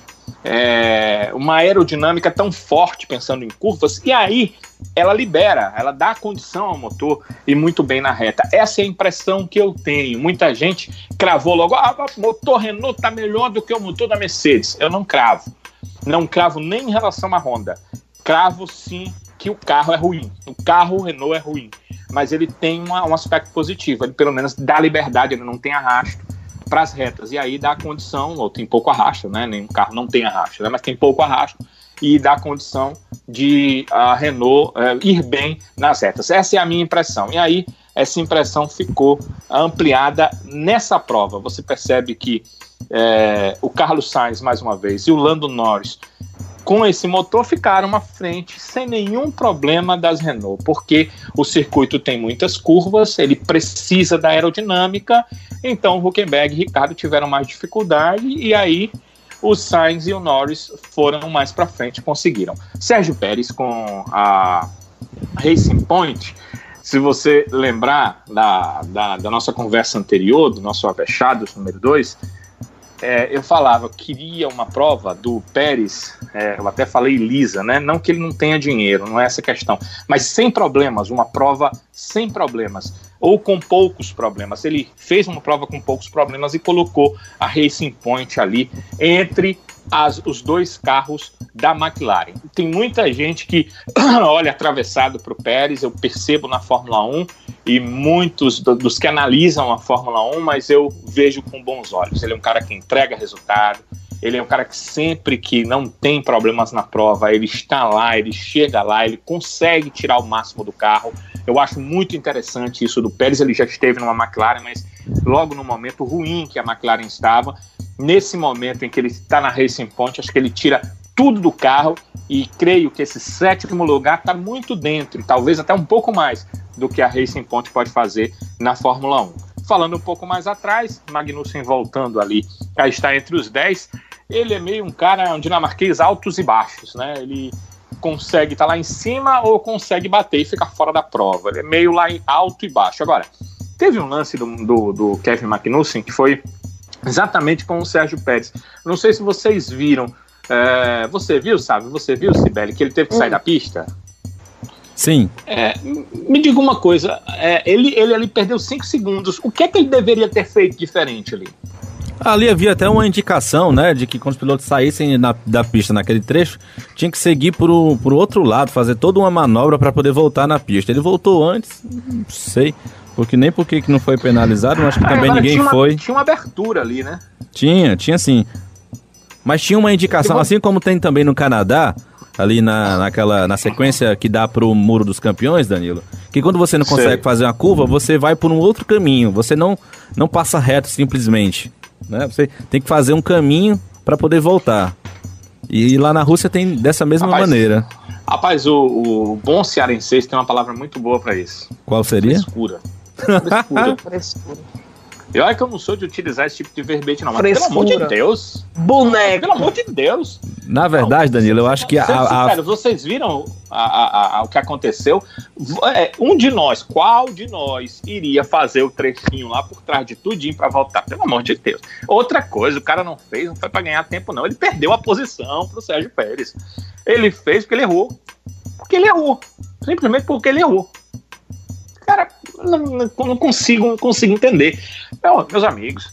uma aerodinâmica tão forte pensando em curvas, e aí ela libera, ela dá condição ao motor e muito bem na reta. Essa é a impressão que eu tenho. Muita gente cravou logo, o motor Renault está melhor do que o motor da Mercedes. Eu não cravo nem em relação à Honda. Cravo sim que o carro é ruim, o carro Renault é ruim, mas ele tem um aspecto positivo, ele pelo menos dá liberdade, ele não tem arrasto para as retas, e aí dá condição, ou tem pouco arrasto, né? Nenhum carro não tem arrasto, né? Mas tem pouco arrasto, e dá condição de a Renault ir bem nas retas. Essa é a minha impressão, e aí essa impressão ficou ampliada nessa prova. Você percebe que o Carlos Sainz, mais uma vez, e o Lando Norris, com esse motor, ficaram à frente sem nenhum problema das Renault, porque o circuito tem muitas curvas, ele precisa da aerodinâmica, então o Hülkenberg e Ricciardo tiveram mais dificuldade, e aí o Sainz e o Norris foram mais para frente e conseguiram. Sérgio Pérez com a Racing Point, se você lembrar da nossa conversa anterior, do nosso Avechados número 2, eu falava, eu queria uma prova do Pérez, eu até falei lisa, né? Não que ele não tenha dinheiro, não é essa a questão, mas sem problemas, uma prova sem problemas, ou com poucos problemas. Ele fez uma prova com poucos problemas e colocou a Racing Point ali entre os dois carros da McLaren. Tem muita gente que olha atravessado para o Pérez, eu percebo na Fórmula 1, e muitos dos que analisam a Fórmula 1, mas eu vejo com bons olhos. Ele é um cara que entrega resultado, ele é um cara que sempre que não tem problemas na prova, ele está lá, ele chega lá, ele consegue tirar o máximo do carro. Eu acho muito interessante isso do Pérez. Ele já esteve numa McLaren, mas logo no momento ruim que a McLaren estava, nesse momento em que ele está na Racing Point, acho que ele tira tudo do carro, e creio que esse 7º lugar está muito dentro, talvez até um pouco mais do que a Racing Point pode fazer na Fórmula 1. Falando um pouco mais atrás, Magnussen voltando ali a estar entre os 10, ele é meio um cara, um dinamarquês altos e baixos, né? Ele consegue estar lá em cima ou consegue bater e ficar fora da prova. Ele é meio lá em alto e baixo. Agora, teve um lance do Kevin Magnussen que foi exatamente com o Sérgio Pérez. Não sei se vocês viram. Você viu, Sibeli, que ele teve que sair da pista?
Sim.
Me diga uma coisa, ele ali perdeu 5 segundos. O que é que ele deveria ter feito diferente ali?
Ali havia até uma indicação, né, de que quando os pilotos saíssem da pista naquele trecho, tinha que seguir por outro lado, fazer toda uma manobra para poder voltar na pista. Ele voltou antes, não sei, nem porque que não foi penalizado, mas acho que também ninguém foi.
Tinha uma abertura ali, né?
Tinha sim. Mas tinha uma indicação, assim como tem também no Canadá, ali na sequência que dá pro Muro dos Campeões, Danilo, que quando você não consegue fazer uma curva, você vai por um outro caminho, você não passa reto simplesmente, né? Você tem que fazer um caminho para poder voltar. E lá na Rússia tem dessa mesma maneira.
Rapaz, o bom cearense tem uma palavra muito boa para isso.
Qual seria?
Frescura. E olha que eu não sou de utilizar esse tipo de verbete, não. Mas
Frescura.
Pelo amor de Deus.
Boneco.
Pelo amor de Deus.
Na verdade, Danilo, eu acho que
Sério, vocês viram o que aconteceu? Qual de nós iria fazer o trechinho lá por trás de tudinho pra voltar? Pelo amor de Deus. Outra coisa, o cara não foi pra ganhar tempo, não. Ele perdeu a posição pro Sérgio Pérez. Ele fez porque ele errou. Simplesmente porque ele errou. Cara, não consigo entender. Meus amigos,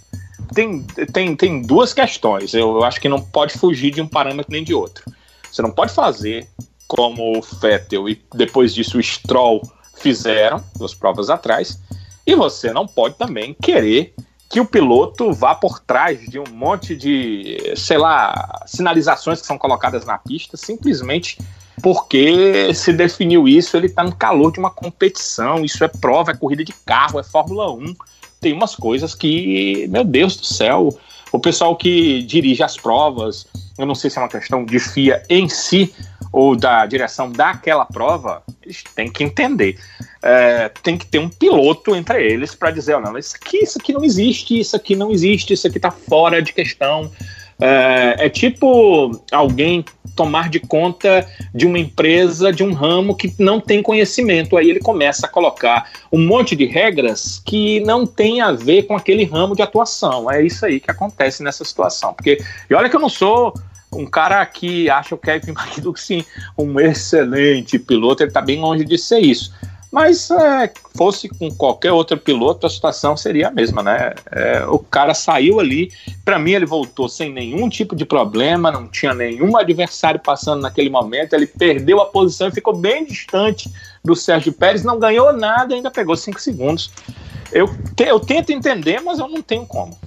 tem duas questões. Eu acho que não pode fugir de um parâmetro nem de outro. Você não pode fazer como o Vettel e depois disso o Stroll fizeram, 2 provas atrás, e você não pode também querer que o piloto vá por trás de um monte de, sinalizações que são colocadas na pista, simplesmente porque se definiu isso, ele está no calor de uma competição, isso é prova, é corrida de carro, é Fórmula 1, tem umas coisas que, meu Deus do céu, o pessoal que dirige as provas, eu não sei se é uma questão de FIA em si, ou da direção daquela prova, eles têm que entender, tem que ter um piloto entre eles para dizer, não, isso aqui não existe, isso aqui está fora de questão. É tipo alguém tomar de conta de uma empresa, de um ramo que não tem conhecimento, aí ele começa a colocar um monte de regras que não tem a ver com aquele ramo de atuação. É isso aí que acontece nessa situação, e olha que eu não sou um cara que acha o Kevin Magnussen um excelente piloto, ele está bem longe de ser isso. Mas fosse com qualquer outro piloto, a situação seria a mesma, né? O cara saiu ali, para mim ele voltou sem nenhum tipo de problema, não tinha nenhum adversário passando naquele momento, ele perdeu a posição e ficou bem distante do Sérgio Pérez, não ganhou nada e ainda pegou 5 segundos. Eu tento entender, mas eu não tenho como.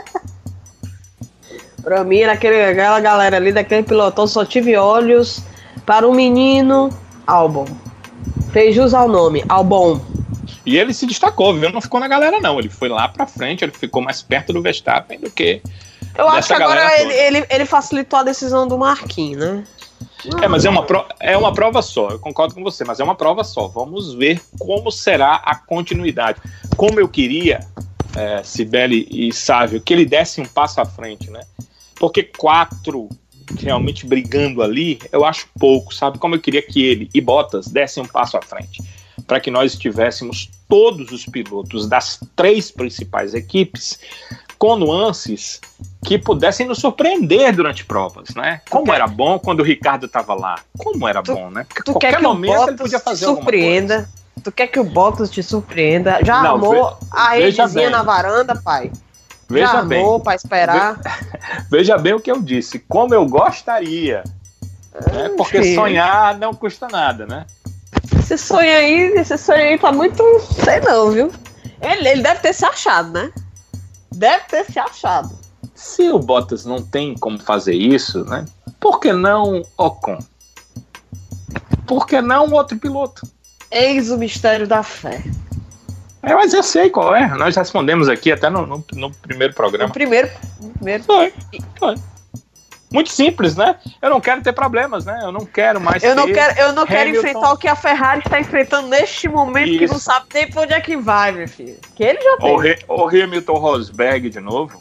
Pra mim, aquela galera ali, daquele pilotão, só tive olhos para o menino Albon. Fez jus ao nome, Albon.
E ele se destacou, viu? Não ficou na galera, não. Ele foi lá pra frente, ele ficou mais perto do Verstappen do que...
Eu acho que agora ele facilitou a decisão do Marquinhos, né?
Mas é uma prova só, eu concordo com você, mas é uma prova só. Vamos ver como será a continuidade. Como eu queria, Sibeli e Sávio, que ele desse um passo à frente, né? Porque 4 realmente brigando ali, eu acho pouco, sabe? Como eu queria que ele e Bottas dessem um passo à frente. para que nós tivéssemos todos os pilotos das 3 principais equipes com nuances que pudessem nos surpreender durante provas, né? Como era bom quando o Ricardo estava lá. Como era bom, né? Porque
tu quer que
momento ele podia fazer alguma coisa.
Tu quer que o Bottas te surpreenda? Já armou a redezinha na varanda, pai? Já armou para esperar?
Veja bem o que eu disse. Como eu gostaria. Né? Porque filho, sonhar não custa nada, né?
Esse sonho aí tá muito... Sei não, viu? Ele deve ter se achado, né? Deve ter se achado.
Se o Bottas não tem como fazer isso, né? Por que não Ocon? Por que não outro piloto?
Eis o mistério da fé.
Mas eu sei qual é. Nós respondemos aqui até no primeiro programa.
No primeiro.
Foi. Muito simples, né? Eu não quero ter problemas, né? Eu não quero mais
eu não quero enfrentar o que a Ferrari está enfrentando neste momento. Isso. Que não sabe nem pra onde é que vai, meu filho. Que ele já tem.
O Hamilton Rosberg de novo.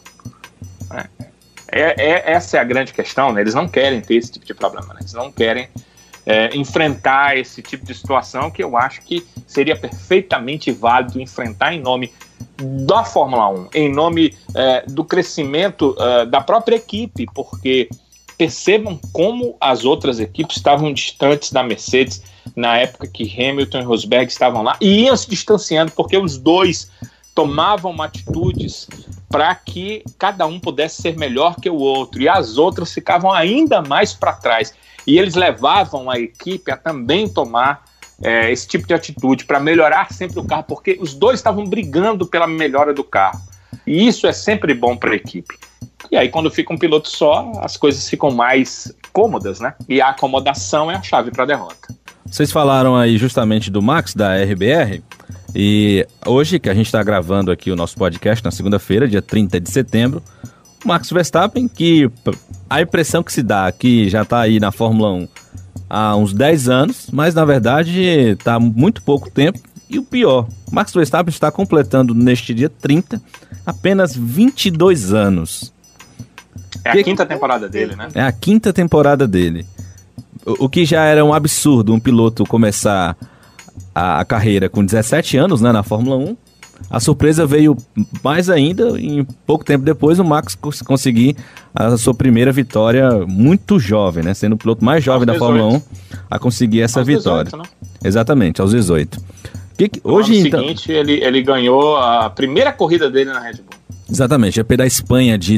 Essa é a grande questão, né? Eles não querem ter esse tipo de problema, né? Eles não querem enfrentar esse tipo de situação que eu acho que seria perfeitamente válido enfrentar em nome da Fórmula 1, em nome do crescimento da própria equipe, porque percebam como as outras equipes estavam distantes da Mercedes na época que Hamilton e Rosberg estavam lá, e iam se distanciando porque os dois tomavam atitudes para que cada um pudesse ser melhor que o outro, e as outras ficavam ainda mais para trás, e eles levavam a equipe a também tomar esse tipo de atitude para melhorar sempre o carro, porque os dois estavam brigando pela melhora do carro, e isso é sempre bom para a equipe. E aí quando fica um piloto só, as coisas ficam mais cômodas, né? E a acomodação é a chave para a derrota.
Vocês falaram aí justamente do Max, da RBR, e hoje que a gente está gravando aqui o nosso podcast, na segunda-feira, dia 30 de setembro, o Max Verstappen, que a impressão que se dá que já está aí na Fórmula 1 há uns 10 anos, mas na verdade está há muito pouco tempo. E o pior, Max Verstappen está completando neste dia 30 apenas 22 anos.
É a quinta temporada dele, né?
É a quinta temporada dele. O que já era um absurdo um piloto começar a carreira com 17 anos, né, na Fórmula 1. A surpresa veio mais ainda, em pouco tempo depois o Max conseguir a sua primeira vitória muito jovem, né, sendo o piloto mais jovem da Fórmula 1 a conseguir essa vitória. 18, né? Exatamente, aos 18. Hoje,
no ano seguinte, ele ganhou a primeira corrida dele na Red Bull.
Exatamente, GP da Espanha de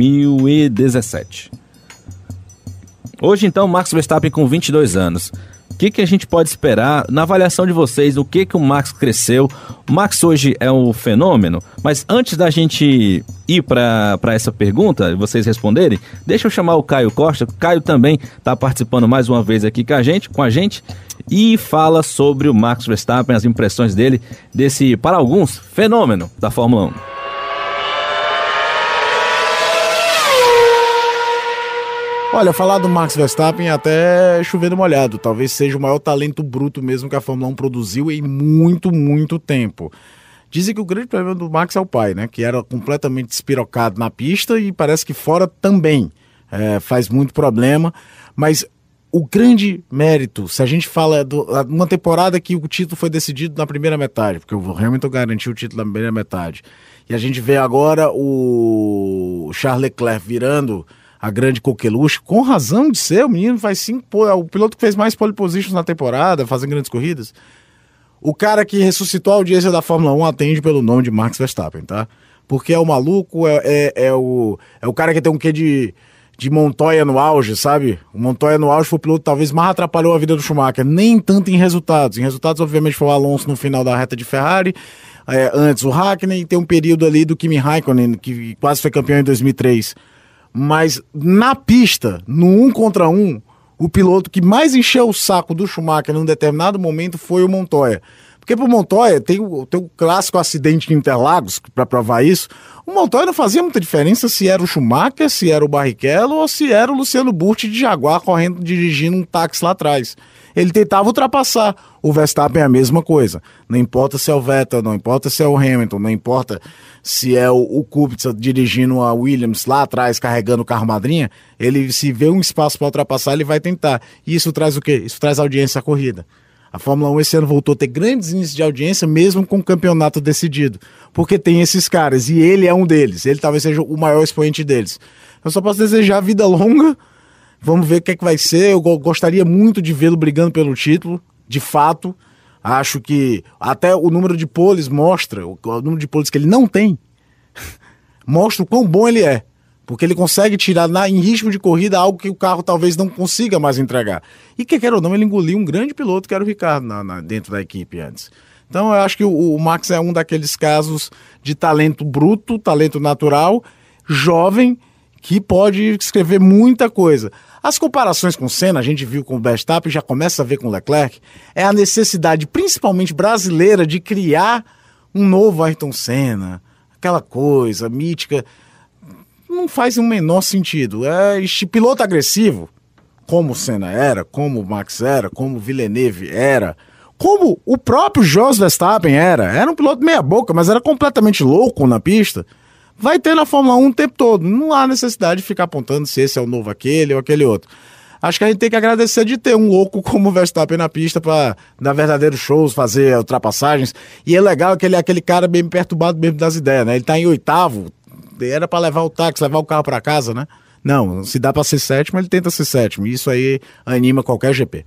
2017. Hoje, então, Max Verstappen com 22 anos. O que a gente pode esperar na avaliação de vocês? O que o Max cresceu? O Max hoje é um fenômeno, mas antes da gente ir para essa pergunta, vocês responderem, deixa eu chamar o Caio Costa. O Caio também está participando mais uma vez aqui com a gente e fala sobre o Max Verstappen, as impressões dele, desse, para alguns, fenômeno da Fórmula 1.
Olha, falar do Max Verstappen é até chovendo molhado. Talvez seja o maior talento bruto mesmo que a Fórmula 1 produziu em muito, muito tempo. Dizem que o grande problema do Max é o pai, né? Que era completamente despirocado na pista e parece que fora também faz muito problema. Mas o grande mérito, se a gente fala de uma temporada que o título foi decidido na primeira metade, porque o Hamilton garantiu o título na primeira metade, e a gente vê agora o Charles Leclerc virando a grande coqueluche, com razão de ser, o menino faz é o piloto que fez mais pole positions na temporada, fazendo grandes corridas. O cara que ressuscitou a audiência da Fórmula 1 atende pelo nome de Max Verstappen, tá? Porque é o maluco, é o cara que tem um quê de Montoya no auge, sabe? O Montoya no auge foi o piloto que talvez mais atrapalhou a vida do Schumacher, nem tanto em resultados. Em resultados, obviamente, foi o Alonso no final da reta de Ferrari, antes o Hakkinen, e tem um período ali do Kimi Raikkonen, que quase foi campeão em 2003. Mas na pista, no 1 contra 1, o piloto que mais encheu o saco do Schumacher num determinado momento foi o Montoya. Porque pro Montoya tem o clássico acidente de Interlagos, para provar isso. O Montoya não fazia muita diferença se era o Schumacher, se era o Barrichello ou se era o Luciano Burti de Jaguar dirigindo um táxi lá atrás. Ele tentava ultrapassar. O Verstappen é a mesma coisa. Não importa se é o Vettel, não importa se é o Hamilton, não importa se é o Kubica dirigindo a Williams lá atrás, carregando o carro madrinha, ele se vê um espaço para ultrapassar, ele vai tentar. E isso traz o quê? Isso traz audiência à corrida. A Fórmula 1 esse ano voltou a ter grandes índices de audiência, mesmo com o campeonato decidido. Porque tem esses caras, e ele é um deles. Ele talvez seja o maior expoente deles. Eu só posso desejar vida longa. Vamos ver o que é que vai ser. Eu gostaria muito de vê-lo brigando pelo título, de fato. Acho que até o número de poles mostra, o número de poles que ele não tem, mostra o quão bom ele é. Porque ele consegue tirar em ritmo de corrida algo que o carro talvez não consiga mais entregar. E que quer ou não, ele engoliu um grande piloto que era o Ricciardo dentro da equipe antes. Então eu acho que o Max é um daqueles casos de talento bruto, talento natural, jovem, que pode escrever muita coisa. As comparações com o Senna, a gente viu com o Verstappen, já começa a ver com o Leclerc, é a necessidade, principalmente brasileira, de criar um novo Ayrton Senna, aquela coisa mítica. Não faz o menor sentido. Este piloto agressivo, como o Senna era, como o Max era, como o Villeneuve era, como o próprio Jos Verstappen era um piloto meia boca, mas era completamente louco na pista, vai ter na Fórmula 1 o tempo todo. Não há necessidade de ficar apontando se esse é o novo aquele ou aquele outro. Acho que a gente tem que agradecer de ter um louco como o Verstappen na pista para dar verdadeiros shows, fazer ultrapassagens. E é legal que ele é aquele cara bem perturbado mesmo das ideias, né? Ele tá em 8º, era para levar o táxi, levar o carro para casa, né? Não, se dá para ser 7º, ele tenta ser 7º. Isso aí anima qualquer GP.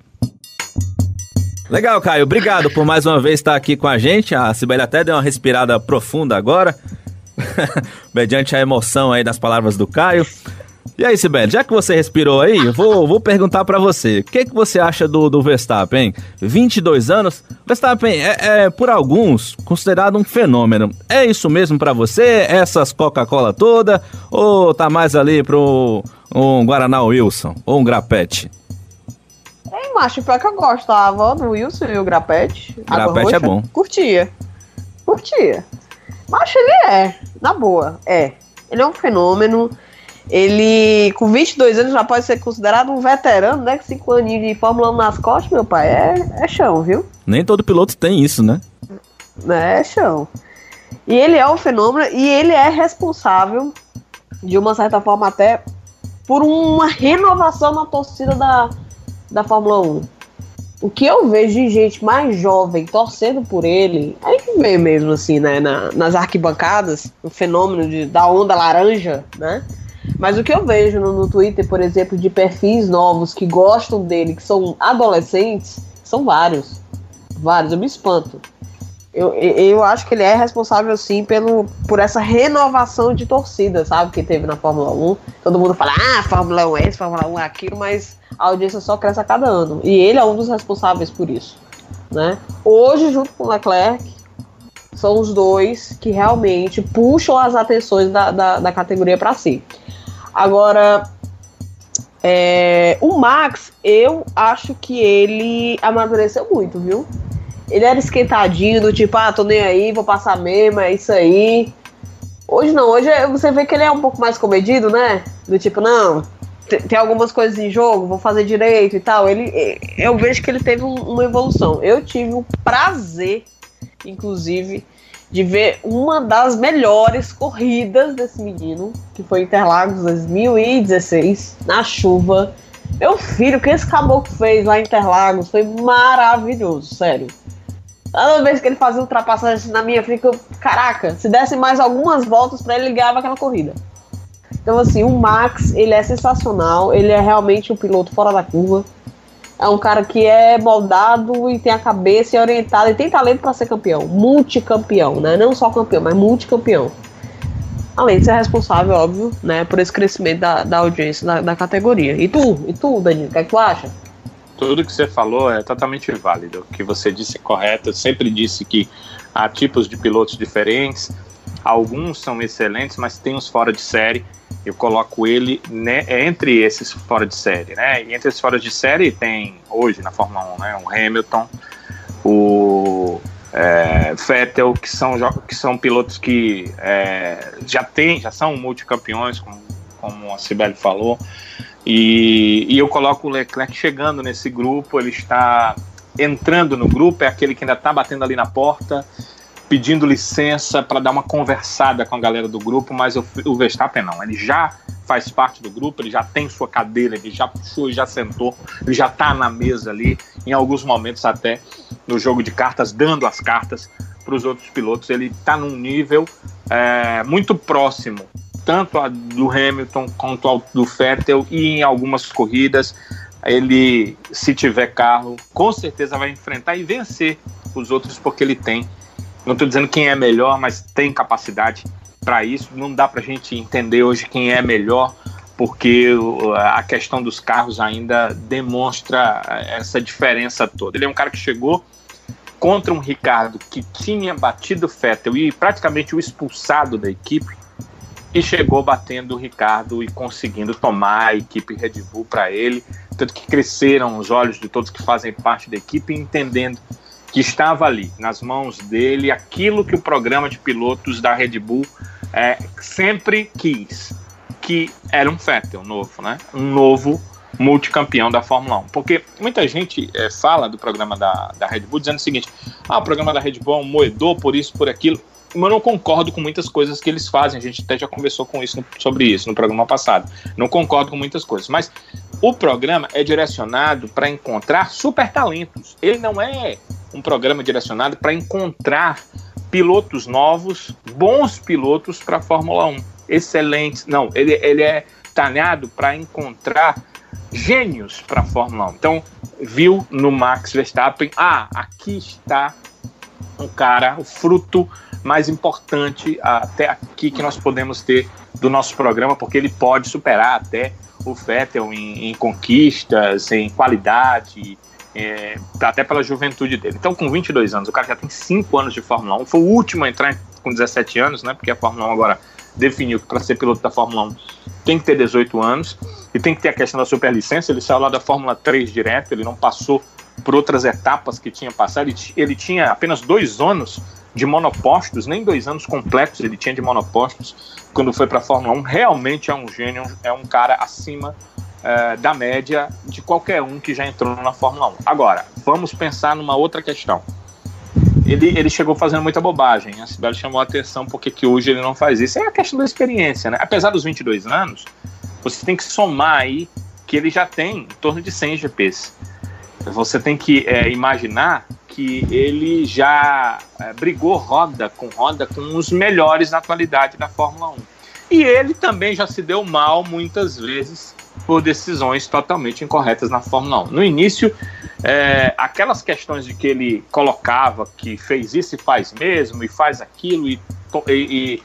Legal, Caio. Obrigado por mais uma vez estar aqui com a gente. A Sibeli até deu uma respirada profunda agora, mediante a emoção aí das palavras do Caio. E aí, Sibeli, já que você respirou aí, eu vou perguntar pra você. O que você acha do Verstappen, hein? 22 anos. Verstappen é por alguns, considerado um fenômeno. É isso mesmo pra você? Essas Coca-Cola toda? Ou tá mais ali pro um Guaraná Wilson? Ou um Grapete?
Macho, pior que eu gostava do Wilson e o Grapete.
Grapete é bom.
Curtia. Macho, ele na boa, Ele é um fenômeno. Ele, com 22 anos, já pode ser considerado um veterano, né? Com 5 aninhos de Fórmula 1 nas costas, meu pai, é chão, viu?
Nem todo piloto tem isso, né?
É chão. E ele é um fenômeno, e ele é responsável, de uma certa forma até, por uma renovação na torcida da Fórmula 1. O que eu vejo de gente mais jovem torcendo por ele, aí que veio mesmo assim, né? Nas arquibancadas, o fenômeno da onda laranja, né? Mas o que eu vejo no Twitter, por exemplo, de perfis novos que gostam dele, que são adolescentes, são vários. Eu me espanto. Eu acho que ele é responsável, sim, por essa renovação de torcida, sabe, que teve na Fórmula 1. Todo mundo fala, Fórmula 1 é isso, Fórmula 1 é aquilo, mas a audiência só cresce a cada ano. E ele é um dos responsáveis por isso, né? Hoje, junto com o Leclerc, são os dois que realmente puxam as atenções da categoria para si. Agora, o Max, eu acho que ele amadureceu muito, viu? Ele era esquentadinho, do tipo, tô nem aí, vou passar mesmo, é isso aí. Hoje não, hoje você vê que ele é um pouco mais comedido, né? Do tipo, não, tem algumas coisas em jogo, vou fazer direito e tal. Eu vejo que ele teve uma evolução. Eu tive o prazer, inclusive, de ver uma das melhores corridas desse menino, que foi Interlagos 2016, na chuva. Meu filho, o que esse caboclo fez lá em Interlagos foi maravilhoso, sério. Toda vez que ele fazia ultrapassagem na minha frente, caraca, se desse mais algumas voltas pra ele, ganhava aquela corrida. Então assim, o Max, ele é sensacional, ele é realmente um piloto fora da curva. É um cara que é moldado e tem a cabeça e é orientado e tem talento para ser campeão, multicampeão, né? Não só campeão, mas multicampeão. Além de ser responsável, óbvio, né, por esse crescimento da audiência da categoria. E tu, Danilo, o que é que tu acha?
Tudo que você falou é totalmente válido. O que você disse é correto. Eu sempre disse que há tipos de pilotos diferentes. Alguns são excelentes, mas tem uns fora de série. Eu coloco ele, né, entre esses fora de série, né? E entre esses fora de série tem hoje na Fórmula 1, né, o Hamilton, o Vettel, que são pilotos que já são multicampeões, como a Sibeli falou. E eu coloco o Leclerc chegando nesse grupo, ele está entrando no grupo, é aquele que ainda está batendo ali na porta, pedindo licença para dar uma conversada com a galera do grupo, mas o Verstappen não, ele já faz parte do grupo, ele já tem sua cadeira, ele já puxou, já sentou, ele já está na mesa ali, em alguns momentos até no jogo de cartas, dando as cartas para os outros pilotos. Ele está num nível muito próximo, tanto do Hamilton quanto ao do Vettel, e em algumas corridas ele, se tiver carro, com certeza vai enfrentar e vencer os outros, porque ele tem, não estou dizendo quem é melhor, mas tem capacidade para isso. Não dá para a gente entender hoje quem é melhor, porque a questão dos carros ainda demonstra essa diferença toda. Ele é um cara que chegou contra um Ricciardo que tinha batido o Vettel e praticamente o expulsado da equipe, e chegou batendo o Ricciardo e conseguindo tomar a equipe Red Bull para ele, tanto que cresceram os olhos de todos que fazem parte da equipe, entendendo que estava ali, nas mãos dele, aquilo que o programa de pilotos da Red Bull sempre quis, que era um Vettel novo, né? Um novo multicampeão da Fórmula 1. Porque muita gente fala do programa da Red Bull dizendo o seguinte: o programa da Red Bull é um moedor, por isso, por aquilo. Mas eu não concordo com muitas coisas que eles fazem. A gente até já conversou sobre isso no programa passado. Não concordo com muitas coisas, mas o programa é direcionado para encontrar super talentos. Ele não é um programa direcionado para encontrar pilotos novos, bons pilotos para a Fórmula 1, excelentes. Não, ele é talhado para encontrar gênios para a Fórmula 1. Então, viu no Max Verstappen, aqui está um cara, o fruto mais importante até aqui que nós podemos ter do nosso programa, porque ele pode superar até o Vettel em conquistas, em qualidade, até pela juventude dele. Então, com 22 anos, o cara já tem 5 anos de Fórmula 1, foi o último a entrar com 17 anos, né? Porque a Fórmula 1 agora definiu que para ser piloto da Fórmula 1 tem que ter 18 anos, e tem que ter a questão da superlicença. Ele saiu lá da Fórmula 3 direto, ele não passou por outras etapas que tinha passado, ele tinha apenas 2 anos de monopostos, nem 2 anos completos ele tinha de monopostos quando foi para a Fórmula 1. Realmente é um gênio, é um cara acima da média de qualquer um que já entrou na Fórmula 1. Agora, vamos pensar numa outra questão. Ele chegou fazendo muita bobagem, a Sibeli chamou a atenção porque que hoje ele não faz isso. É a questão da experiência, né? Apesar dos 22 anos, você tem que somar aí que ele já tem em torno de 100 GPs. Você tem que imaginar que ele já brigou roda com os melhores na atualidade da Fórmula 1. E ele também já se deu mal muitas vezes por decisões totalmente incorretas na Fórmula 1. No início, aquelas questões de que ele colocava que fez isso e faz mesmo, e faz aquilo, e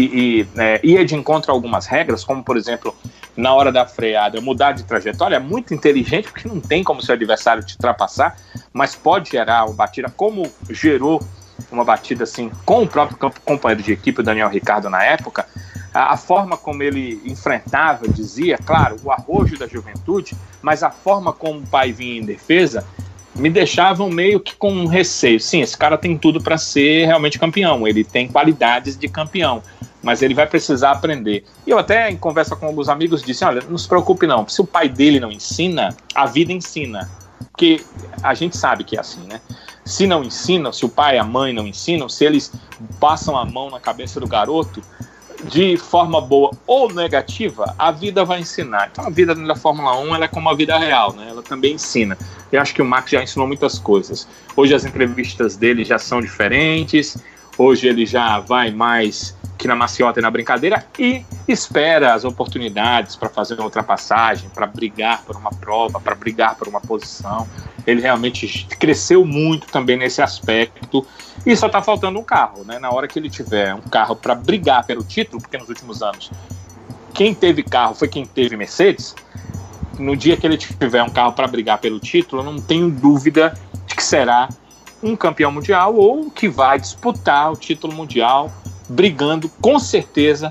ia de encontro a algumas regras, como, por exemplo, na hora da freada, mudar de trajetória, é muito inteligente, porque não tem como seu adversário te ultrapassar, mas pode gerar uma batida, como gerou uma batida assim com o próprio companheiro de equipe, o Daniel Ricciardo, na época. A forma como ele enfrentava, dizia, claro, o arrojo da juventude, mas a forma como o pai vinha em defesa me deixavam meio que com um receio. Sim, esse cara tem tudo para ser realmente campeão, ele tem qualidades de campeão, mas ele vai precisar aprender. E eu até, em conversa com alguns amigos, disse: olha, não se preocupe não, se o pai dele não ensina, a vida ensina. Porque a gente sabe que é assim, né? Se não ensinam, se o pai e a mãe não ensinam, se eles passam a mão na cabeça do garoto, de forma boa ou negativa, a vida vai ensinar. Então a vida da Fórmula 1 ela é como a vida real, né? Ela também ensina. Eu acho que o Max já ensinou muitas coisas. Hoje as entrevistas dele já são diferentes, hoje ele já vai mais que na maciota e na brincadeira e espera as oportunidades para fazer uma ultrapassagem, para brigar por uma prova, para brigar por uma posição. Ele realmente cresceu muito também nesse aspecto. E só está faltando um carro, né? Na hora que ele tiver um carro para brigar pelo título, porque nos últimos anos quem teve carro foi quem teve Mercedes. No dia que ele tiver um carro para brigar pelo título, eu não tenho dúvida de que será um campeão mundial ou que vai disputar o título mundial, brigando com certeza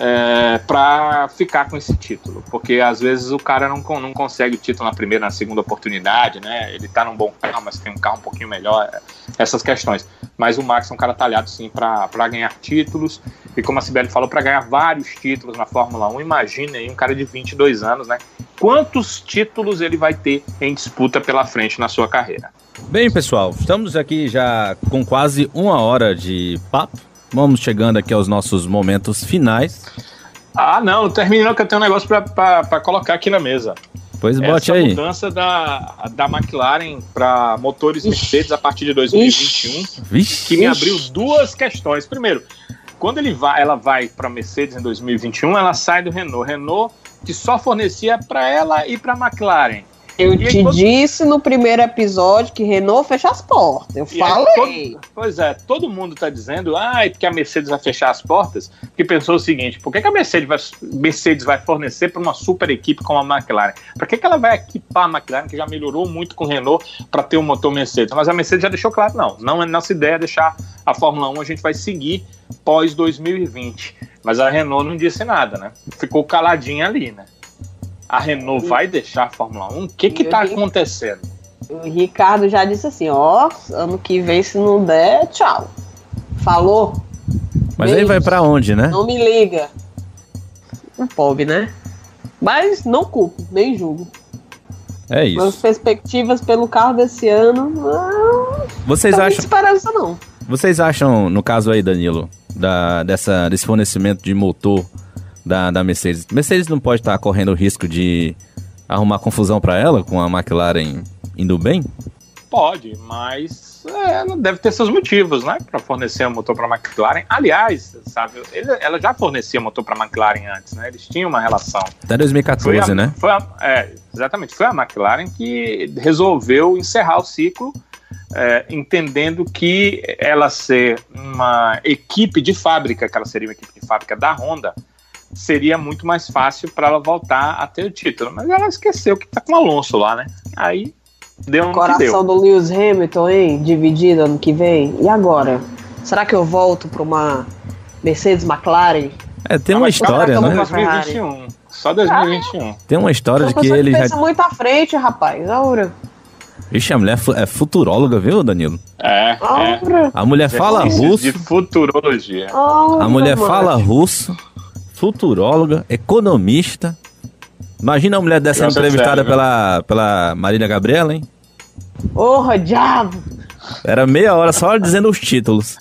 para ficar com esse título, porque às vezes o cara não consegue o título na primeira, na segunda oportunidade, né? Ele tá num bom carro, mas tem um carro um pouquinho melhor, essas questões. Mas o Max é um cara talhado sim para ganhar títulos, e como a Sibeli falou, para ganhar vários títulos na Fórmula 1. Imagina aí um cara de 22 anos, né? Quantos títulos ele vai ter em disputa pela frente na sua carreira?
Bem, pessoal, estamos aqui já com quase 1 hora de papo. Vamos chegando aqui aos nossos momentos finais.
Ah, não terminou que eu tenho um negócio para colocar aqui na mesa.
Pois bote aí.
Essa mudança da McLaren para motores Mercedes a partir de 2021, que me abriu duas questões. Primeiro, quando ela vai para Mercedes em 2021, ela sai do Renault que só fornecia para ela e para a McLaren.
Eu te disse no primeiro episódio que Renault fecha as portas. Eu falei.
Pois é, todo mundo está dizendo porque a Mercedes vai fechar as portas, porque pensou o seguinte: por que a Mercedes vai fornecer para uma super equipe como a McLaren? Para que ela vai equipar a McLaren, que já melhorou muito com o Renault, para ter um motor Mercedes? Mas a Mercedes já deixou claro, não é nossa ideia deixar a Fórmula 1, a gente vai seguir pós 2020. Mas a Renault não disse nada, né? Ficou caladinha ali, né? A Renault vai deixar a Fórmula 1? O que tá acontecendo?
O Ricardo já disse assim, ano que vem se não der, tchau. Falou?
Mas aí vai pra onde, né?
Não me liga. Não pode, né? Mas não culpo, nem julgo.
É isso.
As perspectivas pelo carro desse ano,
vocês
não
acham?
tem esperança, não.
Vocês acham, no caso aí, Danilo, desse fornecimento de motor da Mercedes. Mercedes não pode estar correndo o risco de arrumar confusão para ela com a McLaren indo bem?
Pode, mas deve ter seus motivos, né, para fornecer um motor para a McLaren. Aliás, sabe, ela já fornecia motor para a McLaren antes, né? Eles tinham uma relação.
Até 2014, né?
Exatamente. Foi a McLaren que resolveu encerrar o ciclo, entendendo que ela ser uma equipe de fábrica, que ela seria uma equipe de fábrica da Honda, seria muito mais fácil para ela voltar a ter o título. Mas ela esqueceu que tá com o Alonso lá, né? Aí deu um
coração do Lewis Hamilton, hein? Dividido ano que vem. E agora? Será que eu volto para uma Mercedes McLaren?
Tem uma história, né?
2021. Só 2021.
Tem uma história de que ele
pensa muito à frente, rapaz. Aura.
Ixi, a mulher é futuróloga, viu, Danilo?
Aura.
A mulher fala russo.
De futurologia.
A mulher fala russo. Futuróloga, economista. Imagina a mulher dessa entrevistada pela Marília Gabriela, hein?
Porra, diabo!
Era meia hora só dizendo os títulos.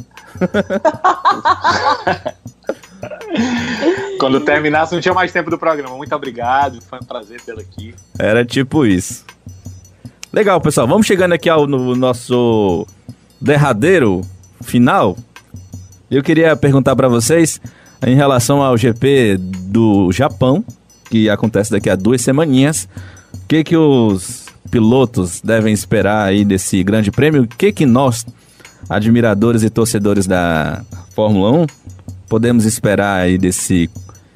Quando terminasse, não tinha mais tempo do programa. Muito obrigado, foi um prazer tê-la aqui.
Era tipo isso. Legal, pessoal. Vamos chegando aqui no nosso derradeiro final. Eu queria perguntar para vocês em relação ao GP do Japão, que acontece daqui a 2 semaninhas. O que os pilotos devem esperar aí desse grande prêmio? O que nós, admiradores e torcedores da Fórmula 1, podemos esperar aí desse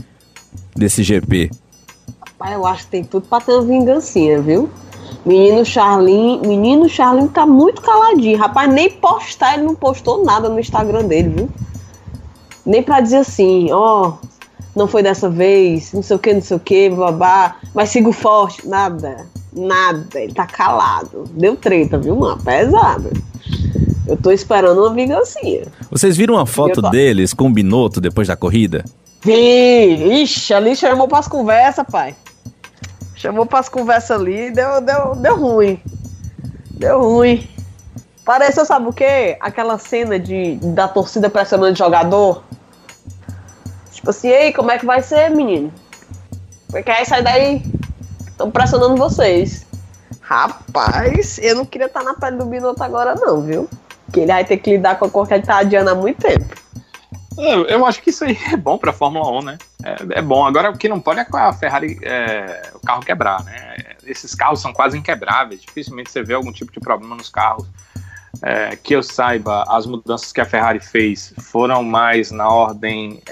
GP?
Rapaz, eu acho que tem tudo pra ter uma vingancinha, viu? Menino Charlin tá muito caladinho. Rapaz, nem postar, ele não postou nada no Instagram dele, viu? Nem pra dizer assim, não foi dessa vez, não sei o que, babá, mas sigo forte. Nada, ele tá calado. Deu treta, viu, mano? Pesada. Eu tô esperando uma vingancinha.
Vocês viram uma foto deles com o Binotto depois da corrida?
Vi! Ixi, ali chamou pras conversas, pai. Chamou pras conversas ali, deu ruim. Deu ruim. Pareceu, sabe o quê? Aquela cena da torcida pressionando o jogador. Tipo assim, ei, como é que vai ser, menino? Como é sai daí? Estão pressionando vocês. Rapaz, eu não queria estar na pele do Binotto agora não, viu? Que ele vai ter que lidar com a cor que ele tá adiando há muito tempo.
Eu acho que isso aí é bom pra Fórmula 1, né? É bom. Agora, o que não pode é a Ferrari, o carro quebrar, né? Esses carros são quase inquebráveis. Dificilmente você vê algum tipo de problema nos carros. Que eu saiba, as mudanças que a Ferrari fez foram mais na ordem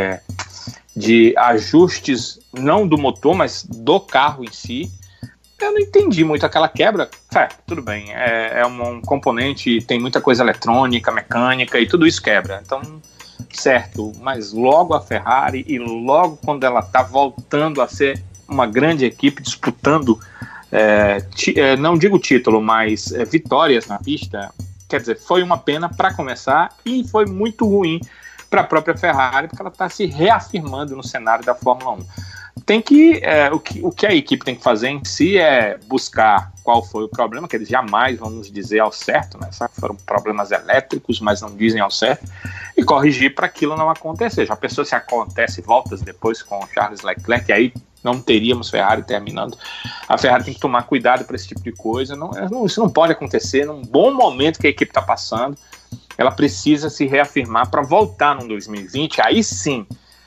de ajustes, não do motor, mas do carro em si. Eu não entendi muito aquela quebra. Tudo bem, é um componente, tem muita coisa eletrônica, mecânica, e tudo isso quebra. Então, certo, mas logo a Ferrari, e logo quando ela está voltando a ser uma grande equipe, disputando não digo título, mas vitórias na pista, quer dizer, foi uma pena para começar e foi muito ruim para a própria Ferrari, porque ela está se reafirmando no cenário da Fórmula 1. tem que, o que a equipe tem que fazer em si é buscar qual foi o problema, que eles jamais vão nos dizer ao certo, né? Foram problemas elétricos, mas não dizem ao certo, e corrigir para aquilo não acontecer. Já pensou se acontece voltas depois com o Charles Leclerc, e aí não teríamos Ferrari terminando. A Ferrari tem que tomar cuidado para esse tipo de coisa, isso não pode acontecer num bom momento que a equipe está passando. Ela precisa se reafirmar para voltar no 2020, aí sim,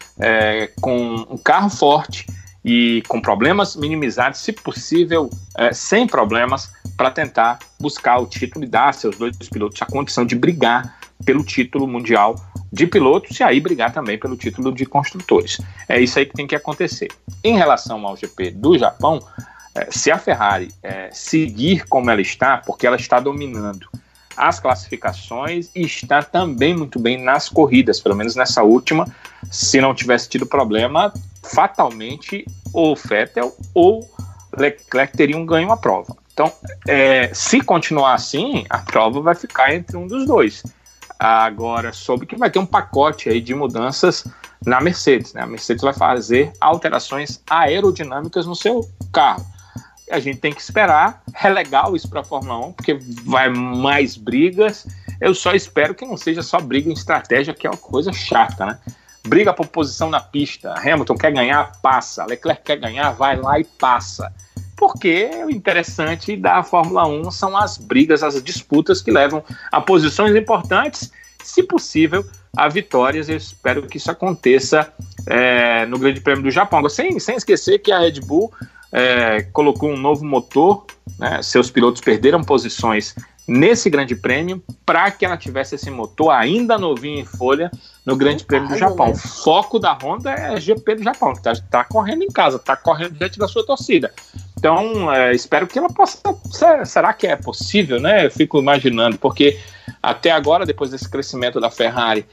com um carro forte e com problemas minimizados, se possível, sem problemas, para tentar buscar o título e dar a seus dois pilotos a condição de brigar pelo título mundial de pilotos e aí brigar também pelo título de construtores. É isso aí que tem que acontecer. Em relação ao GP do Japão, se a Ferrari seguir como ela está, porque ela está dominando as classificações e está também muito bem nas corridas, pelo menos nessa última, se não tivesse tido problema, fatalmente ou Vettel ou Leclerc teriam ganho a prova. Então, se continuar assim, a prova vai ficar entre um dos dois. Agora, soube que vai ter um pacote aí de mudanças na Mercedes, né? A Mercedes vai fazer alterações aerodinâmicas no seu carro. A gente tem que esperar, é legal isso para a Fórmula 1, porque vai mais brigas. Eu só espero que não seja só briga em estratégia, que é uma coisa chata, né? Briga por posição na pista. Hamilton quer ganhar, passa. Leclerc quer ganhar, vai lá e passa. Porque o interessante da Fórmula 1 são as brigas, as disputas que levam a posições importantes, se possível, a vitórias. Eu espero que isso aconteça no Grande Prêmio do Japão. Agora, sem esquecer que a Red Bull colocou um novo motor, né? Seus pilotos perderam posições nesse Grande Prêmio para que ela tivesse esse motor ainda novinho em folha no Grande Prêmio do Japão. O foco da Honda é GP do Japão, que tá correndo em casa, tá correndo diante da sua torcida. Então, espero que ela possa... Será que é possível, né? Eu fico imaginando, porque até agora, depois desse crescimento da Ferrari,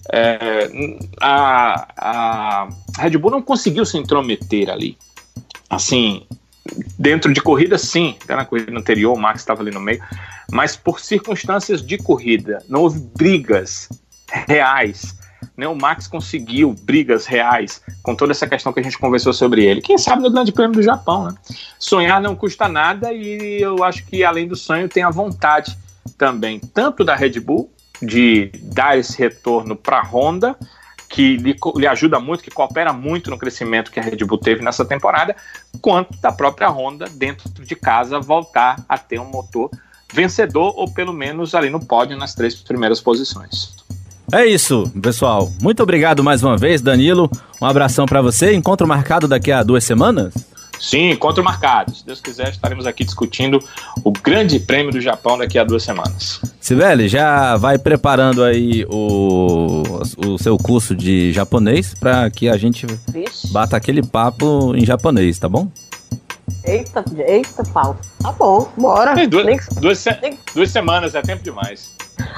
a Red Bull não conseguiu se intrometer ali. Assim, dentro de corrida, sim. Até na corrida anterior, o Max estava ali no meio. Mas por circunstâncias de corrida, não houve brigas reais. Né? O Max conseguiu brigas reais com toda essa questão que a gente conversou sobre ele. Quem sabe no Grande Prêmio do Japão, né? Sonhar não custa nada e eu acho que além do sonho tem a vontade também, tanto da Red Bull de dar esse retorno para a Honda, que lhe ajuda muito, que coopera muito no crescimento que a Red Bull teve nessa temporada, quanto da própria Honda dentro de casa voltar a ter um motor vencedor ou pelo menos ali no pódio nas 3 primeiras posições.
É isso, pessoal. Muito obrigado mais uma vez, Danilo. Um abração para você. Encontro marcado daqui a 2 semanas?
Sim, encontro marcado. Se Deus quiser, estaremos aqui discutindo o Grande Prêmio do Japão daqui a 2 semanas.
Sibeli, já vai preparando aí o seu curso de japonês para que a gente bata aquele papo em japonês, tá bom?
Eita, pau. Tá bom, bora.
Tem 2 semanas, é tempo demais.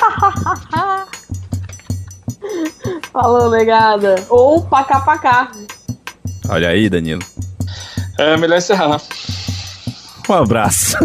Falou, negada. Ou pacá.
Olha aí, Danilo.
É melhor encerrar.
Um abraço.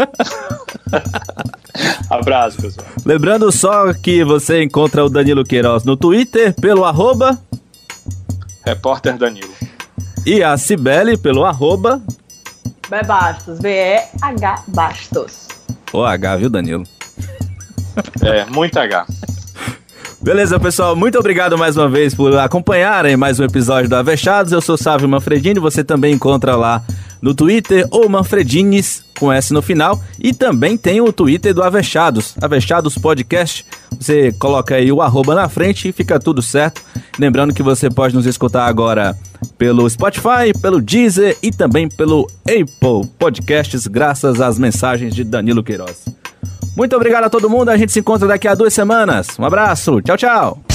Abraço, pessoal.
Lembrando só que você encontra o Danilo Queiroz no Twitter pelo
Repórter Danilo.
E a Sibeli pelo
Bebastos, B-E-H Bastos.
O H, viu, Danilo?
Muito H.
Beleza, pessoal, muito obrigado mais uma vez por acompanharem mais um episódio do Avechados. Eu sou Sávio Manfredini, você também encontra lá no Twitter ou Manfredines com S no final, e também tem o Twitter do Avechados, Avechados Podcast. Você coloca aí o @ na frente e fica tudo certo. Lembrando que você pode nos escutar agora pelo Spotify, pelo Deezer e também pelo Apple Podcasts, graças às mensagens de Danilo Queiroz. Muito obrigado a todo mundo, a gente se encontra daqui a 2 semanas. Um abraço, tchau, tchau.